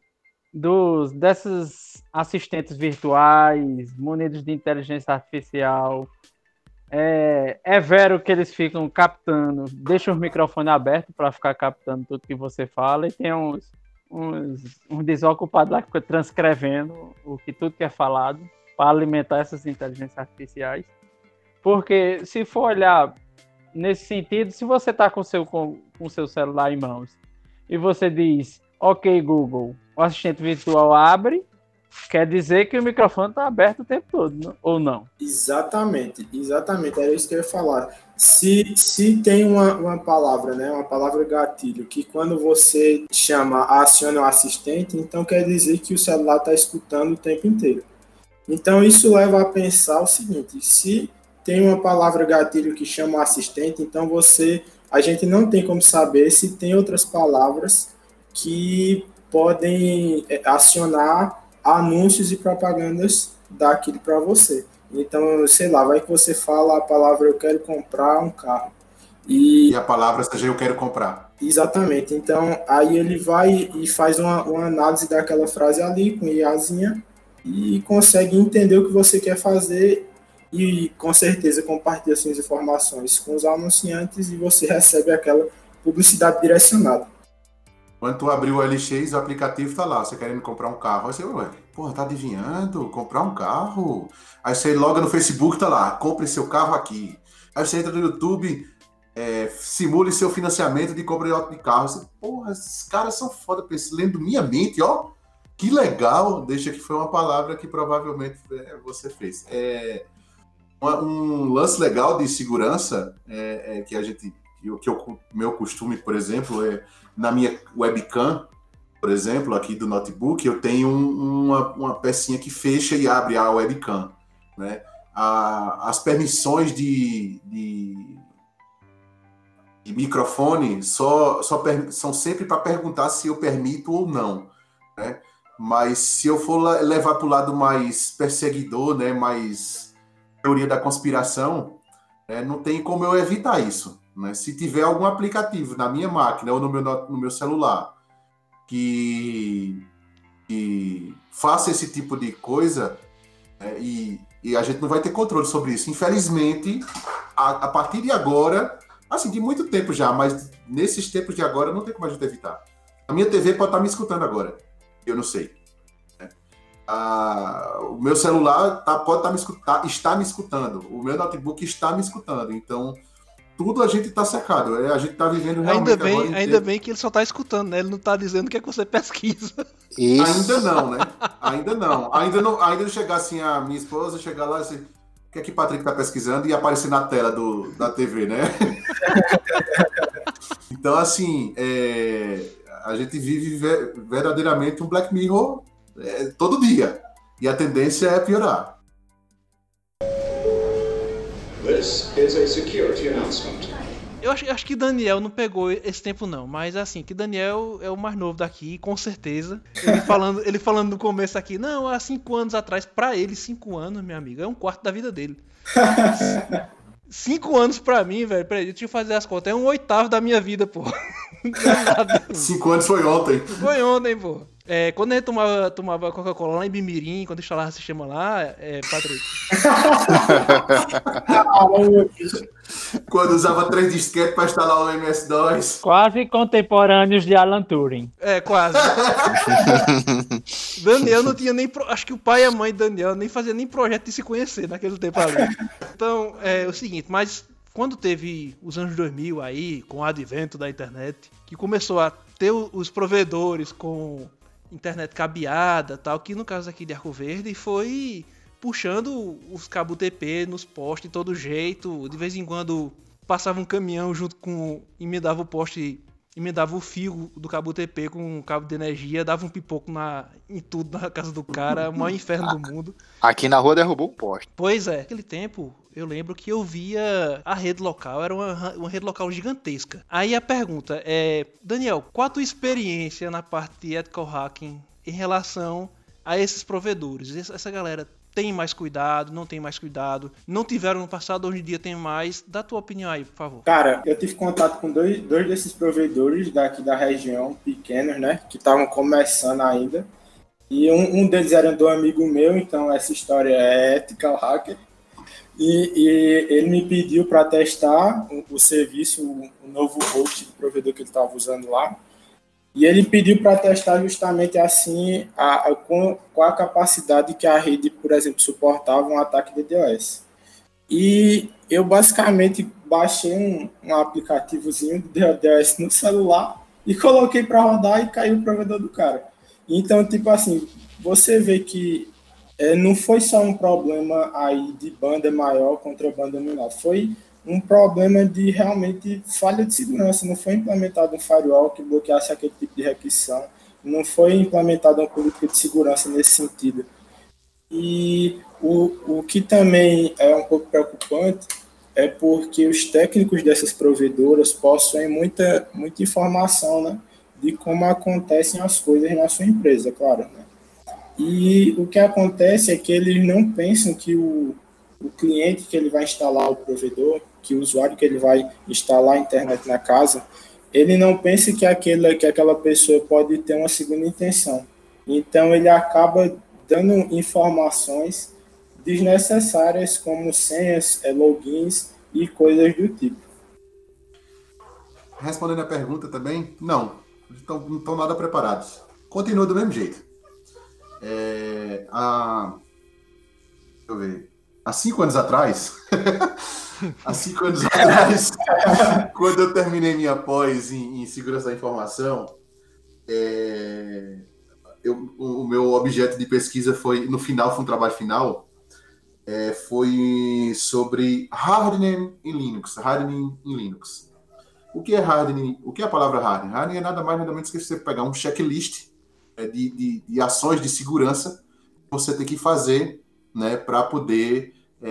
desses assistentes virtuais munidos de inteligência artificial, É vero que eles ficam captando, deixam os microfones abertos para ficar captando tudo que você fala, e tem uns desocupados lá que ficam transcrevendo tudo que é falado para alimentar essas inteligências artificiais. Porque se for olhar nesse sentido, se você está com o seu celular em mãos e você diz, ok, Google, o assistente virtual abre, quer dizer que o microfone está aberto o tempo todo, não? Ou não? Exatamente, era isso que eu ia falar. Se tem uma palavra, né, uma palavra gatilho, que quando você aciona o assistente, então quer dizer que o celular está escutando o tempo inteiro. Então isso leva a pensar o seguinte, se tem uma palavra gatilho que chama o assistente, então a gente não tem como saber se tem outras palavras que podem acionar anúncios e propagandas daquilo para você. Então, sei lá, vai que você fala a palavra eu quero comprar um carro. E a palavra seja eu quero comprar. Exatamente. Então, aí ele vai e faz uma análise daquela frase ali com IAzinha e consegue entender o que você quer fazer e, com certeza, compartilha suas informações com os anunciantes e você recebe aquela publicidade direcionada. Quando tu abriu o LX, o aplicativo tá lá, você querendo comprar um carro. Aí você, ué, porra, tá adivinhando? Comprar um carro? Aí você loga no Facebook, tá lá, compre seu carro aqui. Aí você entra no YouTube, simule seu financiamento de compra de carro. Você, porra, esses caras são foda, lendo minha mente, ó. Que legal, deixa que foi uma palavra que provavelmente você fez. Um lance legal de segurança meu costume, por exemplo, na minha webcam, por exemplo, aqui do notebook, eu tenho uma pecinha que fecha e abre a webcam, né? As permissões de microfone são sempre para perguntar se eu permito ou não, né? Mas se eu for levar para o lado mais perseguidor, né, mais teoria da conspiração, não tem como eu evitar isso, né? Se tiver algum aplicativo na minha máquina ou no meu celular que faça esse tipo de coisa, e a gente não vai ter controle sobre isso. Infelizmente, a partir de agora, assim, de muito tempo já, mas nesses tempos de agora não tem como a gente evitar. A minha TV pode estar me escutando agora. Eu não sei. O meu celular está me escutando. O meu notebook está me escutando. Então, tudo a gente está cercado. A gente está vivendo realmente ainda bem que ele só está escutando, né? Ele não está dizendo o que é que você pesquisa. Isso. Ainda não, né? Ainda não chegar assim, a minha esposa chegar lá e assim, o que é que o Patrick está pesquisando e aparecer na tela da TV, né? Então, assim, a gente vive verdadeiramente um Black Mirror todo dia. E a tendência é piorar. This is a security announcement. Eu acho que Daniel não pegou esse tempo não, mas assim, que Daniel é o mais novo daqui, com certeza. Ele falando no começo aqui, não, há 5 anos atrás, pra ele, 5 anos, meu amigo, é um quarto da vida dele. 5 anos pra mim, velho, deixa eu fazer as contas, é 1/8 da minha vida, pô. 5 anos foi ontem. Foi ontem, pô. Quando a gente tomava Coca-Cola lá em Bimirim, quando instalava o sistema lá, Patrick. Quando usava 3 disquetes para instalar o MS-DOS. Quase contemporâneos de Alan Turing. Quase. Daniel não tinha nem... Acho que o pai e a mãe de Daniel nem fazia nem projeto de se conhecer naquele tempo ali. Então, é o seguinte, mas quando teve os anos 2000 aí, com o advento da internet, que começou a ter os provedores com internet cabeada, tal, que no caso aqui de Arco Verde foi puxando os cabos TP nos postes de todo jeito. De vez em quando passava um caminhão junto com... emendava o poste, emendava o fio do cabo TP com um cabo de energia, dava um pipoco em tudo na casa do cara, o maior inferno do mundo. Aqui na rua derrubou um poste. Pois é, naquele tempo eu lembro que eu via a rede local, era uma rede local gigantesca. Aí a pergunta é, Daniel, qual a tua experiência na parte de ethical hacking em relação a esses provedores? Essa galera tem mais cuidado, não tem mais cuidado? Não tiveram no passado, hoje em dia tem mais? Dá tua opinião aí, por favor. Cara, eu tive contato com dois desses provedores daqui da região, pequenos, né? Que estavam começando ainda. E um deles era do amigo meu, então essa história é ethical hacker. E ele me pediu para testar o serviço, o novo host do provedor que ele estava usando lá. E ele pediu para testar justamente assim com a capacidade que a rede, por exemplo, suportava um ataque de DDoS. E eu basicamente baixei um aplicativozinho de DDoS no celular e coloquei para rodar e caiu o provedor do cara. Então, tipo assim, você vê que não foi só um problema aí de banda maior contra banda menor, foi um problema de realmente falha de segurança. Não foi implementado um firewall que bloqueasse aquele tipo de requisição, não foi implementada uma política de segurança nesse sentido. E o que também é um pouco preocupante é porque os técnicos dessas provedoras possuem muita informação, né, de como acontecem as coisas na sua empresa, claro, né? E o que acontece é que eles não pensam que o cliente que ele vai instalar o provedor, que o usuário que ele vai instalar a internet na casa, ele não pensa que aquela pessoa pode ter uma segunda intenção. Então, ele acaba dando informações desnecessárias, como senhas, logins e coisas do tipo. Respondendo a pergunta também, não estão nada preparados. Continua do mesmo jeito. Deixa eu ver. Há 5 anos atrás, quando eu terminei minha pós em segurança da informação, o meu objeto de pesquisa foi um trabalho final, foi sobre hardening em Linux. O que é hardening? O que é a palavra hardening? Hardening é nada mais nada menos que você pegar um checklist de ações de segurança que você tem que fazer, né, para poder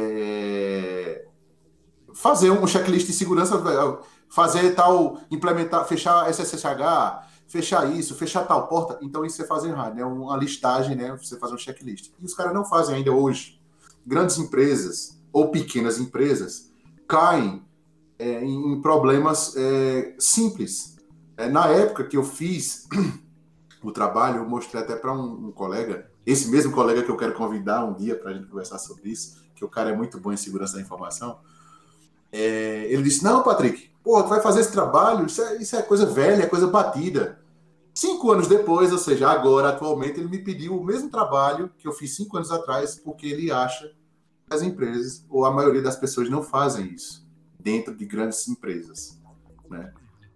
fazer um checklist de segurança, fazer tal, implementar, fechar SSH, fechar isso, fechar tal porta. Então isso é fazer hardening, é uma listagem, né, você fazer um checklist. E os caras não fazem ainda hoje. Grandes empresas ou pequenas empresas caem em problemas simples. Na época que eu fiz o trabalho, eu mostrei até para um colega, esse mesmo colega que eu quero convidar um dia para a gente conversar sobre isso, que o cara é muito bom em segurança da informação. Ele disse, não, Patrick, tu vai fazer esse trabalho, isso é coisa velha, é coisa batida. 5 anos depois, ou seja, agora, atualmente, ele me pediu o mesmo trabalho que eu fiz 5 anos atrás, porque ele acha que as empresas, ou a maioria das pessoas, não fazem isso dentro de grandes empresas, né?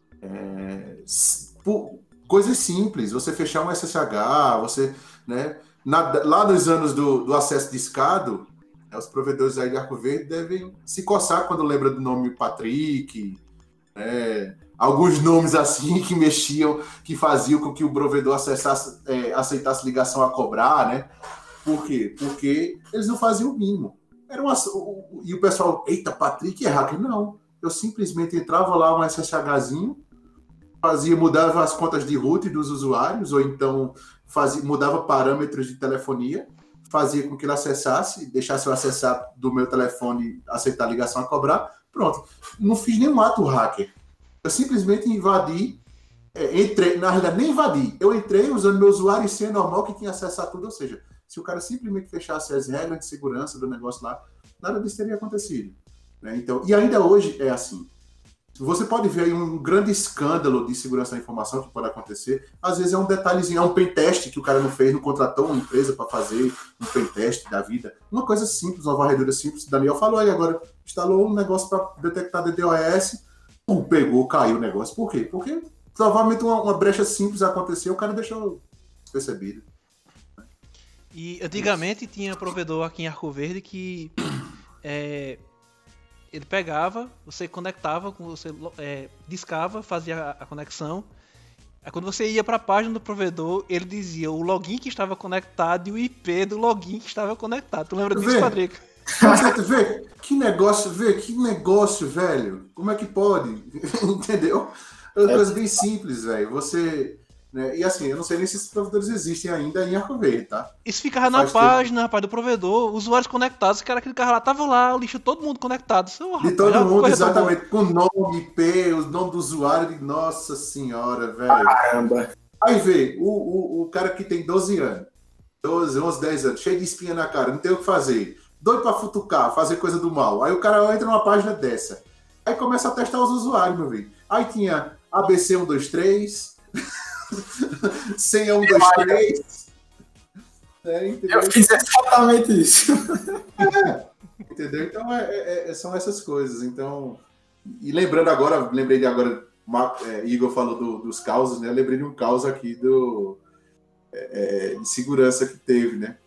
Coisas simples, você fechar um SSH, você, né, lá nos anos do acesso discado, os provedores aí de Arco Verde devem se coçar quando lembra do nome Patrick, alguns nomes assim que mexiam, que faziam com que o provedor aceitasse ligação a cobrar, né? Por quê? Porque eles não faziam o mínimo. E o pessoal, eita, Patrick é hacker. Não, eu simplesmente entrava lá um SSHzinho, mudava as contas de root dos usuários, ou então mudava parâmetros de telefonia, fazia com que ele acessasse, deixasse eu acessar do meu telefone, aceitar a ligação a cobrar, pronto. Não fiz nenhum ato hacker. Eu simplesmente invadi, entrei, na realidade nem invadi, eu entrei usando meu usuário e senha normal que tinha acesso a tudo, ou seja, se o cara simplesmente fechasse as regras de segurança do negócio lá, nada disso teria acontecido, né? Então, e ainda hoje é assim. Você pode ver aí um grande escândalo de segurança da informação que pode acontecer. Às vezes é um detalhezinho, é um pentest que o cara não fez, não contratou uma empresa para fazer um pentest da vida. Uma coisa simples, uma varredura simples. O Daniel falou aí agora, instalou um negócio para detectar DDoS, pegou, caiu o negócio. Por quê? Porque provavelmente uma brecha simples aconteceu, o cara deixou percebido. E antigamente tinha provedor aqui em Arco Verde que ele pegava, você conectava, você discava, fazia a conexão. Aí quando você ia para a página do provedor, ele dizia o login que estava conectado e o IP do login que estava conectado. Tu lembra disso, Patrick? Vê, que negócio, velho. Como é que pode? Entendeu? É uma coisa bem simples, velho. Você... Né? E assim, eu não sei nem se esses provedores existem ainda em Arco Verde, tá? Isso ficava na página, rapaz, do provedor, usuários conectados, o cara clicava lá, tava lá, o lixo, todo mundo conectado. De todo mundo, exatamente, com nome, IP, o nome do usuário, nossa senhora, velho. Caramba. Aí vê, o cara que tem 12 anos, 11, 10 anos, cheio de espinha na cara, não tem o que fazer. doido pra futucar, fazer coisa do mal. Aí o cara entra numa página dessa. Aí começa a testar os usuários, meu velho. Aí tinha ABC 123, senha 123. Eu fiz exatamente isso. Entendeu? Então são essas coisas. Então, e lembrei de agora, Igor falou dos causos, né? Eu lembrei de um caos aqui de segurança que teve, né?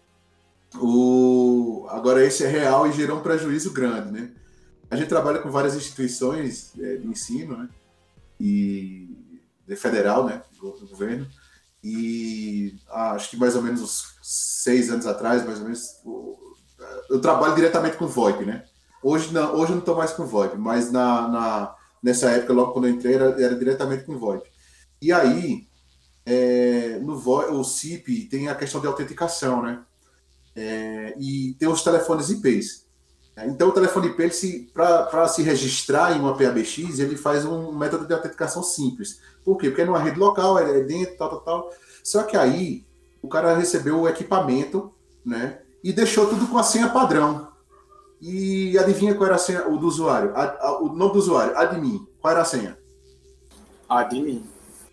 Agora esse é real e gerou um prejuízo grande, né? A gente trabalha com várias instituições de ensino, né? E federal, né? Do governo. E acho que mais ou menos uns 6 anos atrás, mais ou menos, eu trabalho diretamente com VoIP, né? Hoje eu não estou mais com VoIP, mas nessa época, logo quando eu entrei, era diretamente com VoIP. E aí, no VoIP, o CIP tem a questão de autenticação, né? E tem os telefones IPs. Então, o telefone IP, para se registrar em uma PABX, ele faz um método de autenticação simples. Por quê? Porque é numa rede local, é dentro, tal. Só que aí, o cara recebeu o equipamento, né? E deixou tudo com a senha padrão. E adivinha qual era a senha do usuário? O nome do usuário, admin. Qual era a senha? Admin.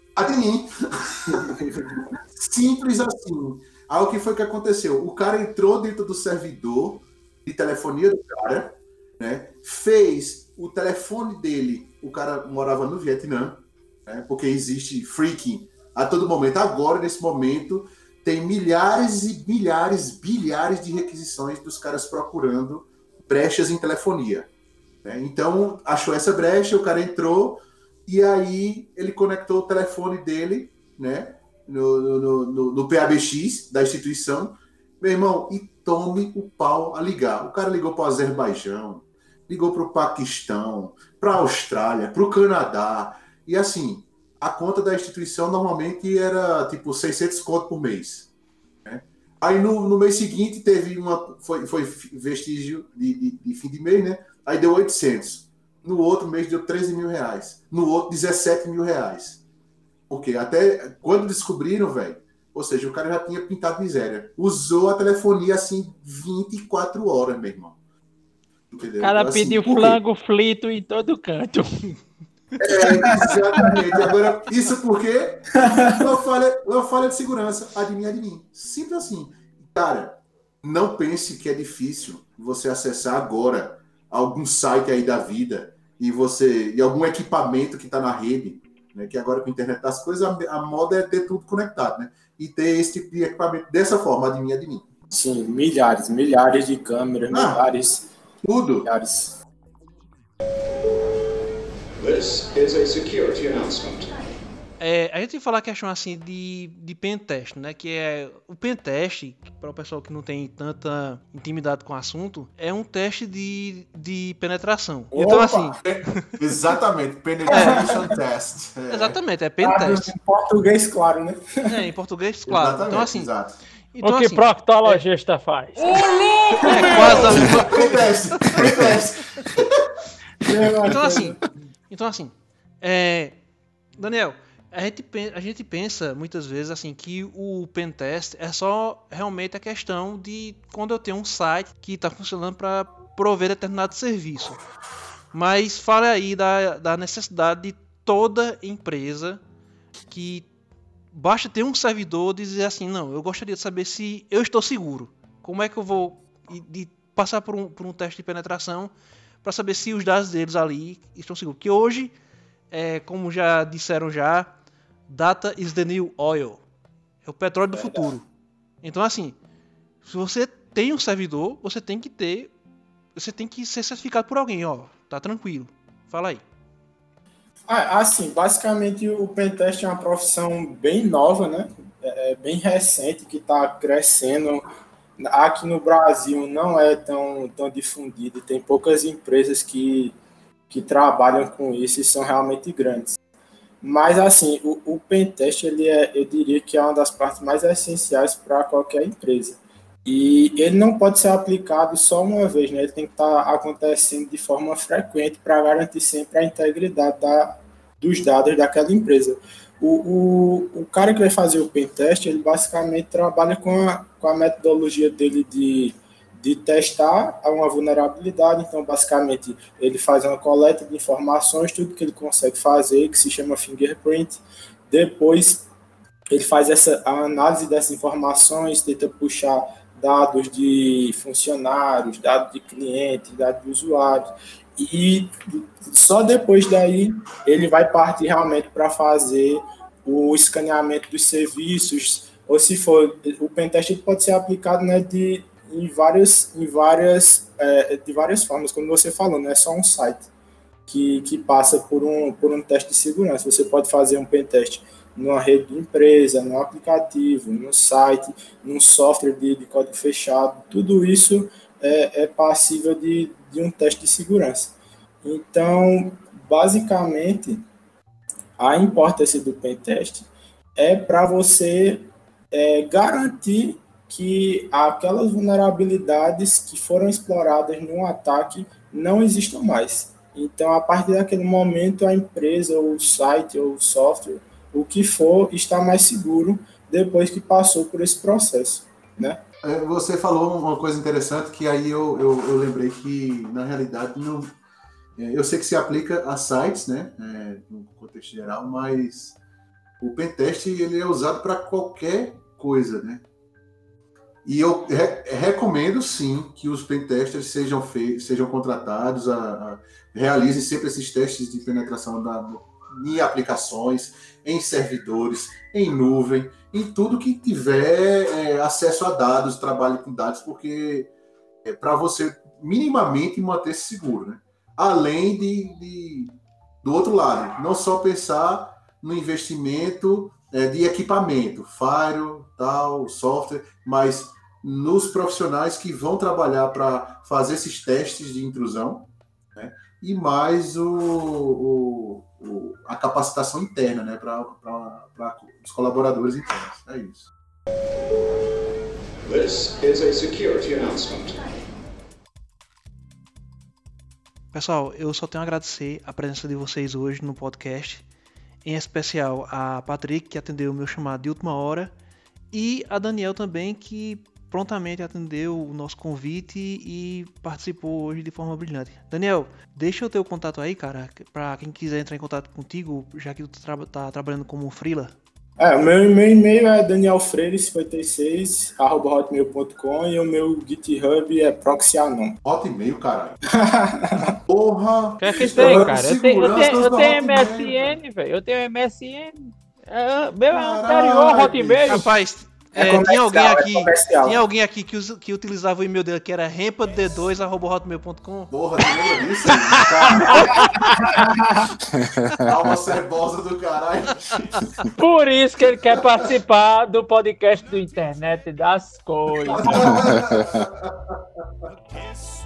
Simples assim. Aí o que foi que aconteceu? O cara entrou dentro do servidor de telefonia do cara, né? Fez o telefone dele. O cara morava no Vietnã, né? Porque existe freaking a todo momento. Agora, nesse momento, tem milhares e milhares, bilhares de requisições dos caras procurando brechas em telefonia, né? Então, achou essa brecha, o cara entrou e aí ele conectou o telefone dele, né? No PABX da instituição, meu irmão, e tome o pau a ligar. O cara ligou para o Azerbaijão, ligou para o Paquistão, para a Austrália, para o Canadá, e assim, a conta da instituição normalmente era tipo 600 conto por mês, né? Aí no mês seguinte teve foi vestígio de fim de mês, né? Aí deu 800. No outro mês deu 13 mil reais. No outro, 17 mil reais. Porque até quando descobriram, velho, ou seja, o cara já tinha pintado miséria. Usou a telefonia assim 24 horas, meu irmão. Entendeu? O cara então, assim, pediu flango frito em todo canto. Exatamente. Agora, isso porque uma falha de segurança. Admin. Simples assim. Cara, não pense que é difícil você acessar agora algum site aí da vida e algum equipamento que está na rede, né, que agora com a internet das coisas, a moda é ter tudo conectado, né? E ter esse tipo de equipamento dessa forma, admin. Sim, milhares de câmeras, milhares. Tudo. Milhares. This is a security announcement. A gente tem que falar a questão assim de pentest, né? Que é o pentest, para o pessoal que não tem tanta intimidade com o assunto, é um teste de penetração. Então, assim. Exatamente, penetration test. Exatamente, é pentest. Em português, claro, né? Em português, claro. Exatamente, então, assim. exato. Então, O que assim, proctologista faz? é quase a mesma coisa. Pentest. Então, assim, Daniel, a gente pensa muitas vezes assim que o pentest é só realmente a questão de quando eu tenho um site que está funcionando para prover determinado serviço. Mas fala aí da necessidade de toda empresa que basta ter um servidor dizer assim, não, eu gostaria de saber se eu estou seguro. Como é que eu vou passar por um teste de penetração para saber se os dados deles ali estão seguros? Que hoje, como já disseram data is the new oil. É o petróleo do futuro. Então, assim, se você tem um servidor, você tem que ser certificado por alguém, ó. Tá tranquilo. Fala aí. Assim, basicamente o pentest é uma profissão bem nova, né? Bem recente, que está crescendo. Aqui no Brasil não é tão difundido, tem poucas empresas que trabalham com isso e são realmente grandes. Mas, assim, o pentest, eu diria que é uma das partes mais essenciais para qualquer empresa. E ele não pode ser aplicado só uma vez, né? Ele tem que estar acontecendo de forma frequente para garantir sempre a integridade dos dados daquela empresa. O cara que vai fazer o pentest, ele basicamente trabalha com a metodologia dele de de testar uma vulnerabilidade. Então, basicamente, ele faz uma coleta de informações, tudo que ele consegue fazer, que se chama fingerprint. Depois, ele faz a análise dessas informações, tenta puxar dados de funcionários, dados de clientes, dados de usuários. E só depois daí ele vai partir realmente para fazer o escaneamento dos serviços, ou se for, o pentest pode ser aplicado, né, de várias formas, como você falou, não é só um site que passa por um teste de segurança. Você pode fazer um pentest numa rede de empresa, num aplicativo, num site, num software de código fechado. Tudo isso é passível de um teste de segurança. Então, basicamente, a importância do pentest é para você garantir que aquelas vulnerabilidades que foram exploradas num ataque não existam mais. Então, a partir daquele momento, a empresa, ou o site, ou o software, o que for, está mais seguro depois que passou por esse processo, né? Você falou uma coisa interessante que aí eu lembrei que, na realidade, não, eu sei que se aplica a sites, né, no contexto geral, mas o pentest ele é usado para qualquer coisa, né? E eu recomendo, sim, que os pentesters sejam contratados, realizem sempre esses testes de penetração em aplicações, em servidores, em nuvem, em tudo que tiver acesso a dados, trabalhe com dados, porque para você minimamente manter-se seguro, né? Além do outro lado, não só pensar no investimento de equipamento, firewall, tal, software, mas nos profissionais que vão trabalhar para fazer esses testes de intrusão, né? E mais a capacitação interna, né, para os colaboradores internos. É isso. This is a security announcement. Pessoal, eu só tenho a agradecer a presença de vocês hoje no podcast, em especial a Patrick, que atendeu o meu chamado de última hora, e a Daniel também, que prontamente atendeu o nosso convite e participou hoje de forma brilhante. Daniel, deixa o teu contato aí, cara, para quem quiser entrar em contato contigo, já que tu tá trabalhando como freela. O meu e-mail é danielfreire56@hotmail.com e o meu GitHub é proxyanon. Hotmail, caralho. Porra! O que é que tem, cara? Eu tenho MSN, velho. Eu tenho MSN. Meu anterior Hotmail. Rapaz, tinha alguém aqui que utilizava o e-mail dele, que era rempada2@hotmail.com. Porra, tu lembra disso? Alma cebosa do caralho. Por isso que ele quer participar do podcast do Internet das Coisas.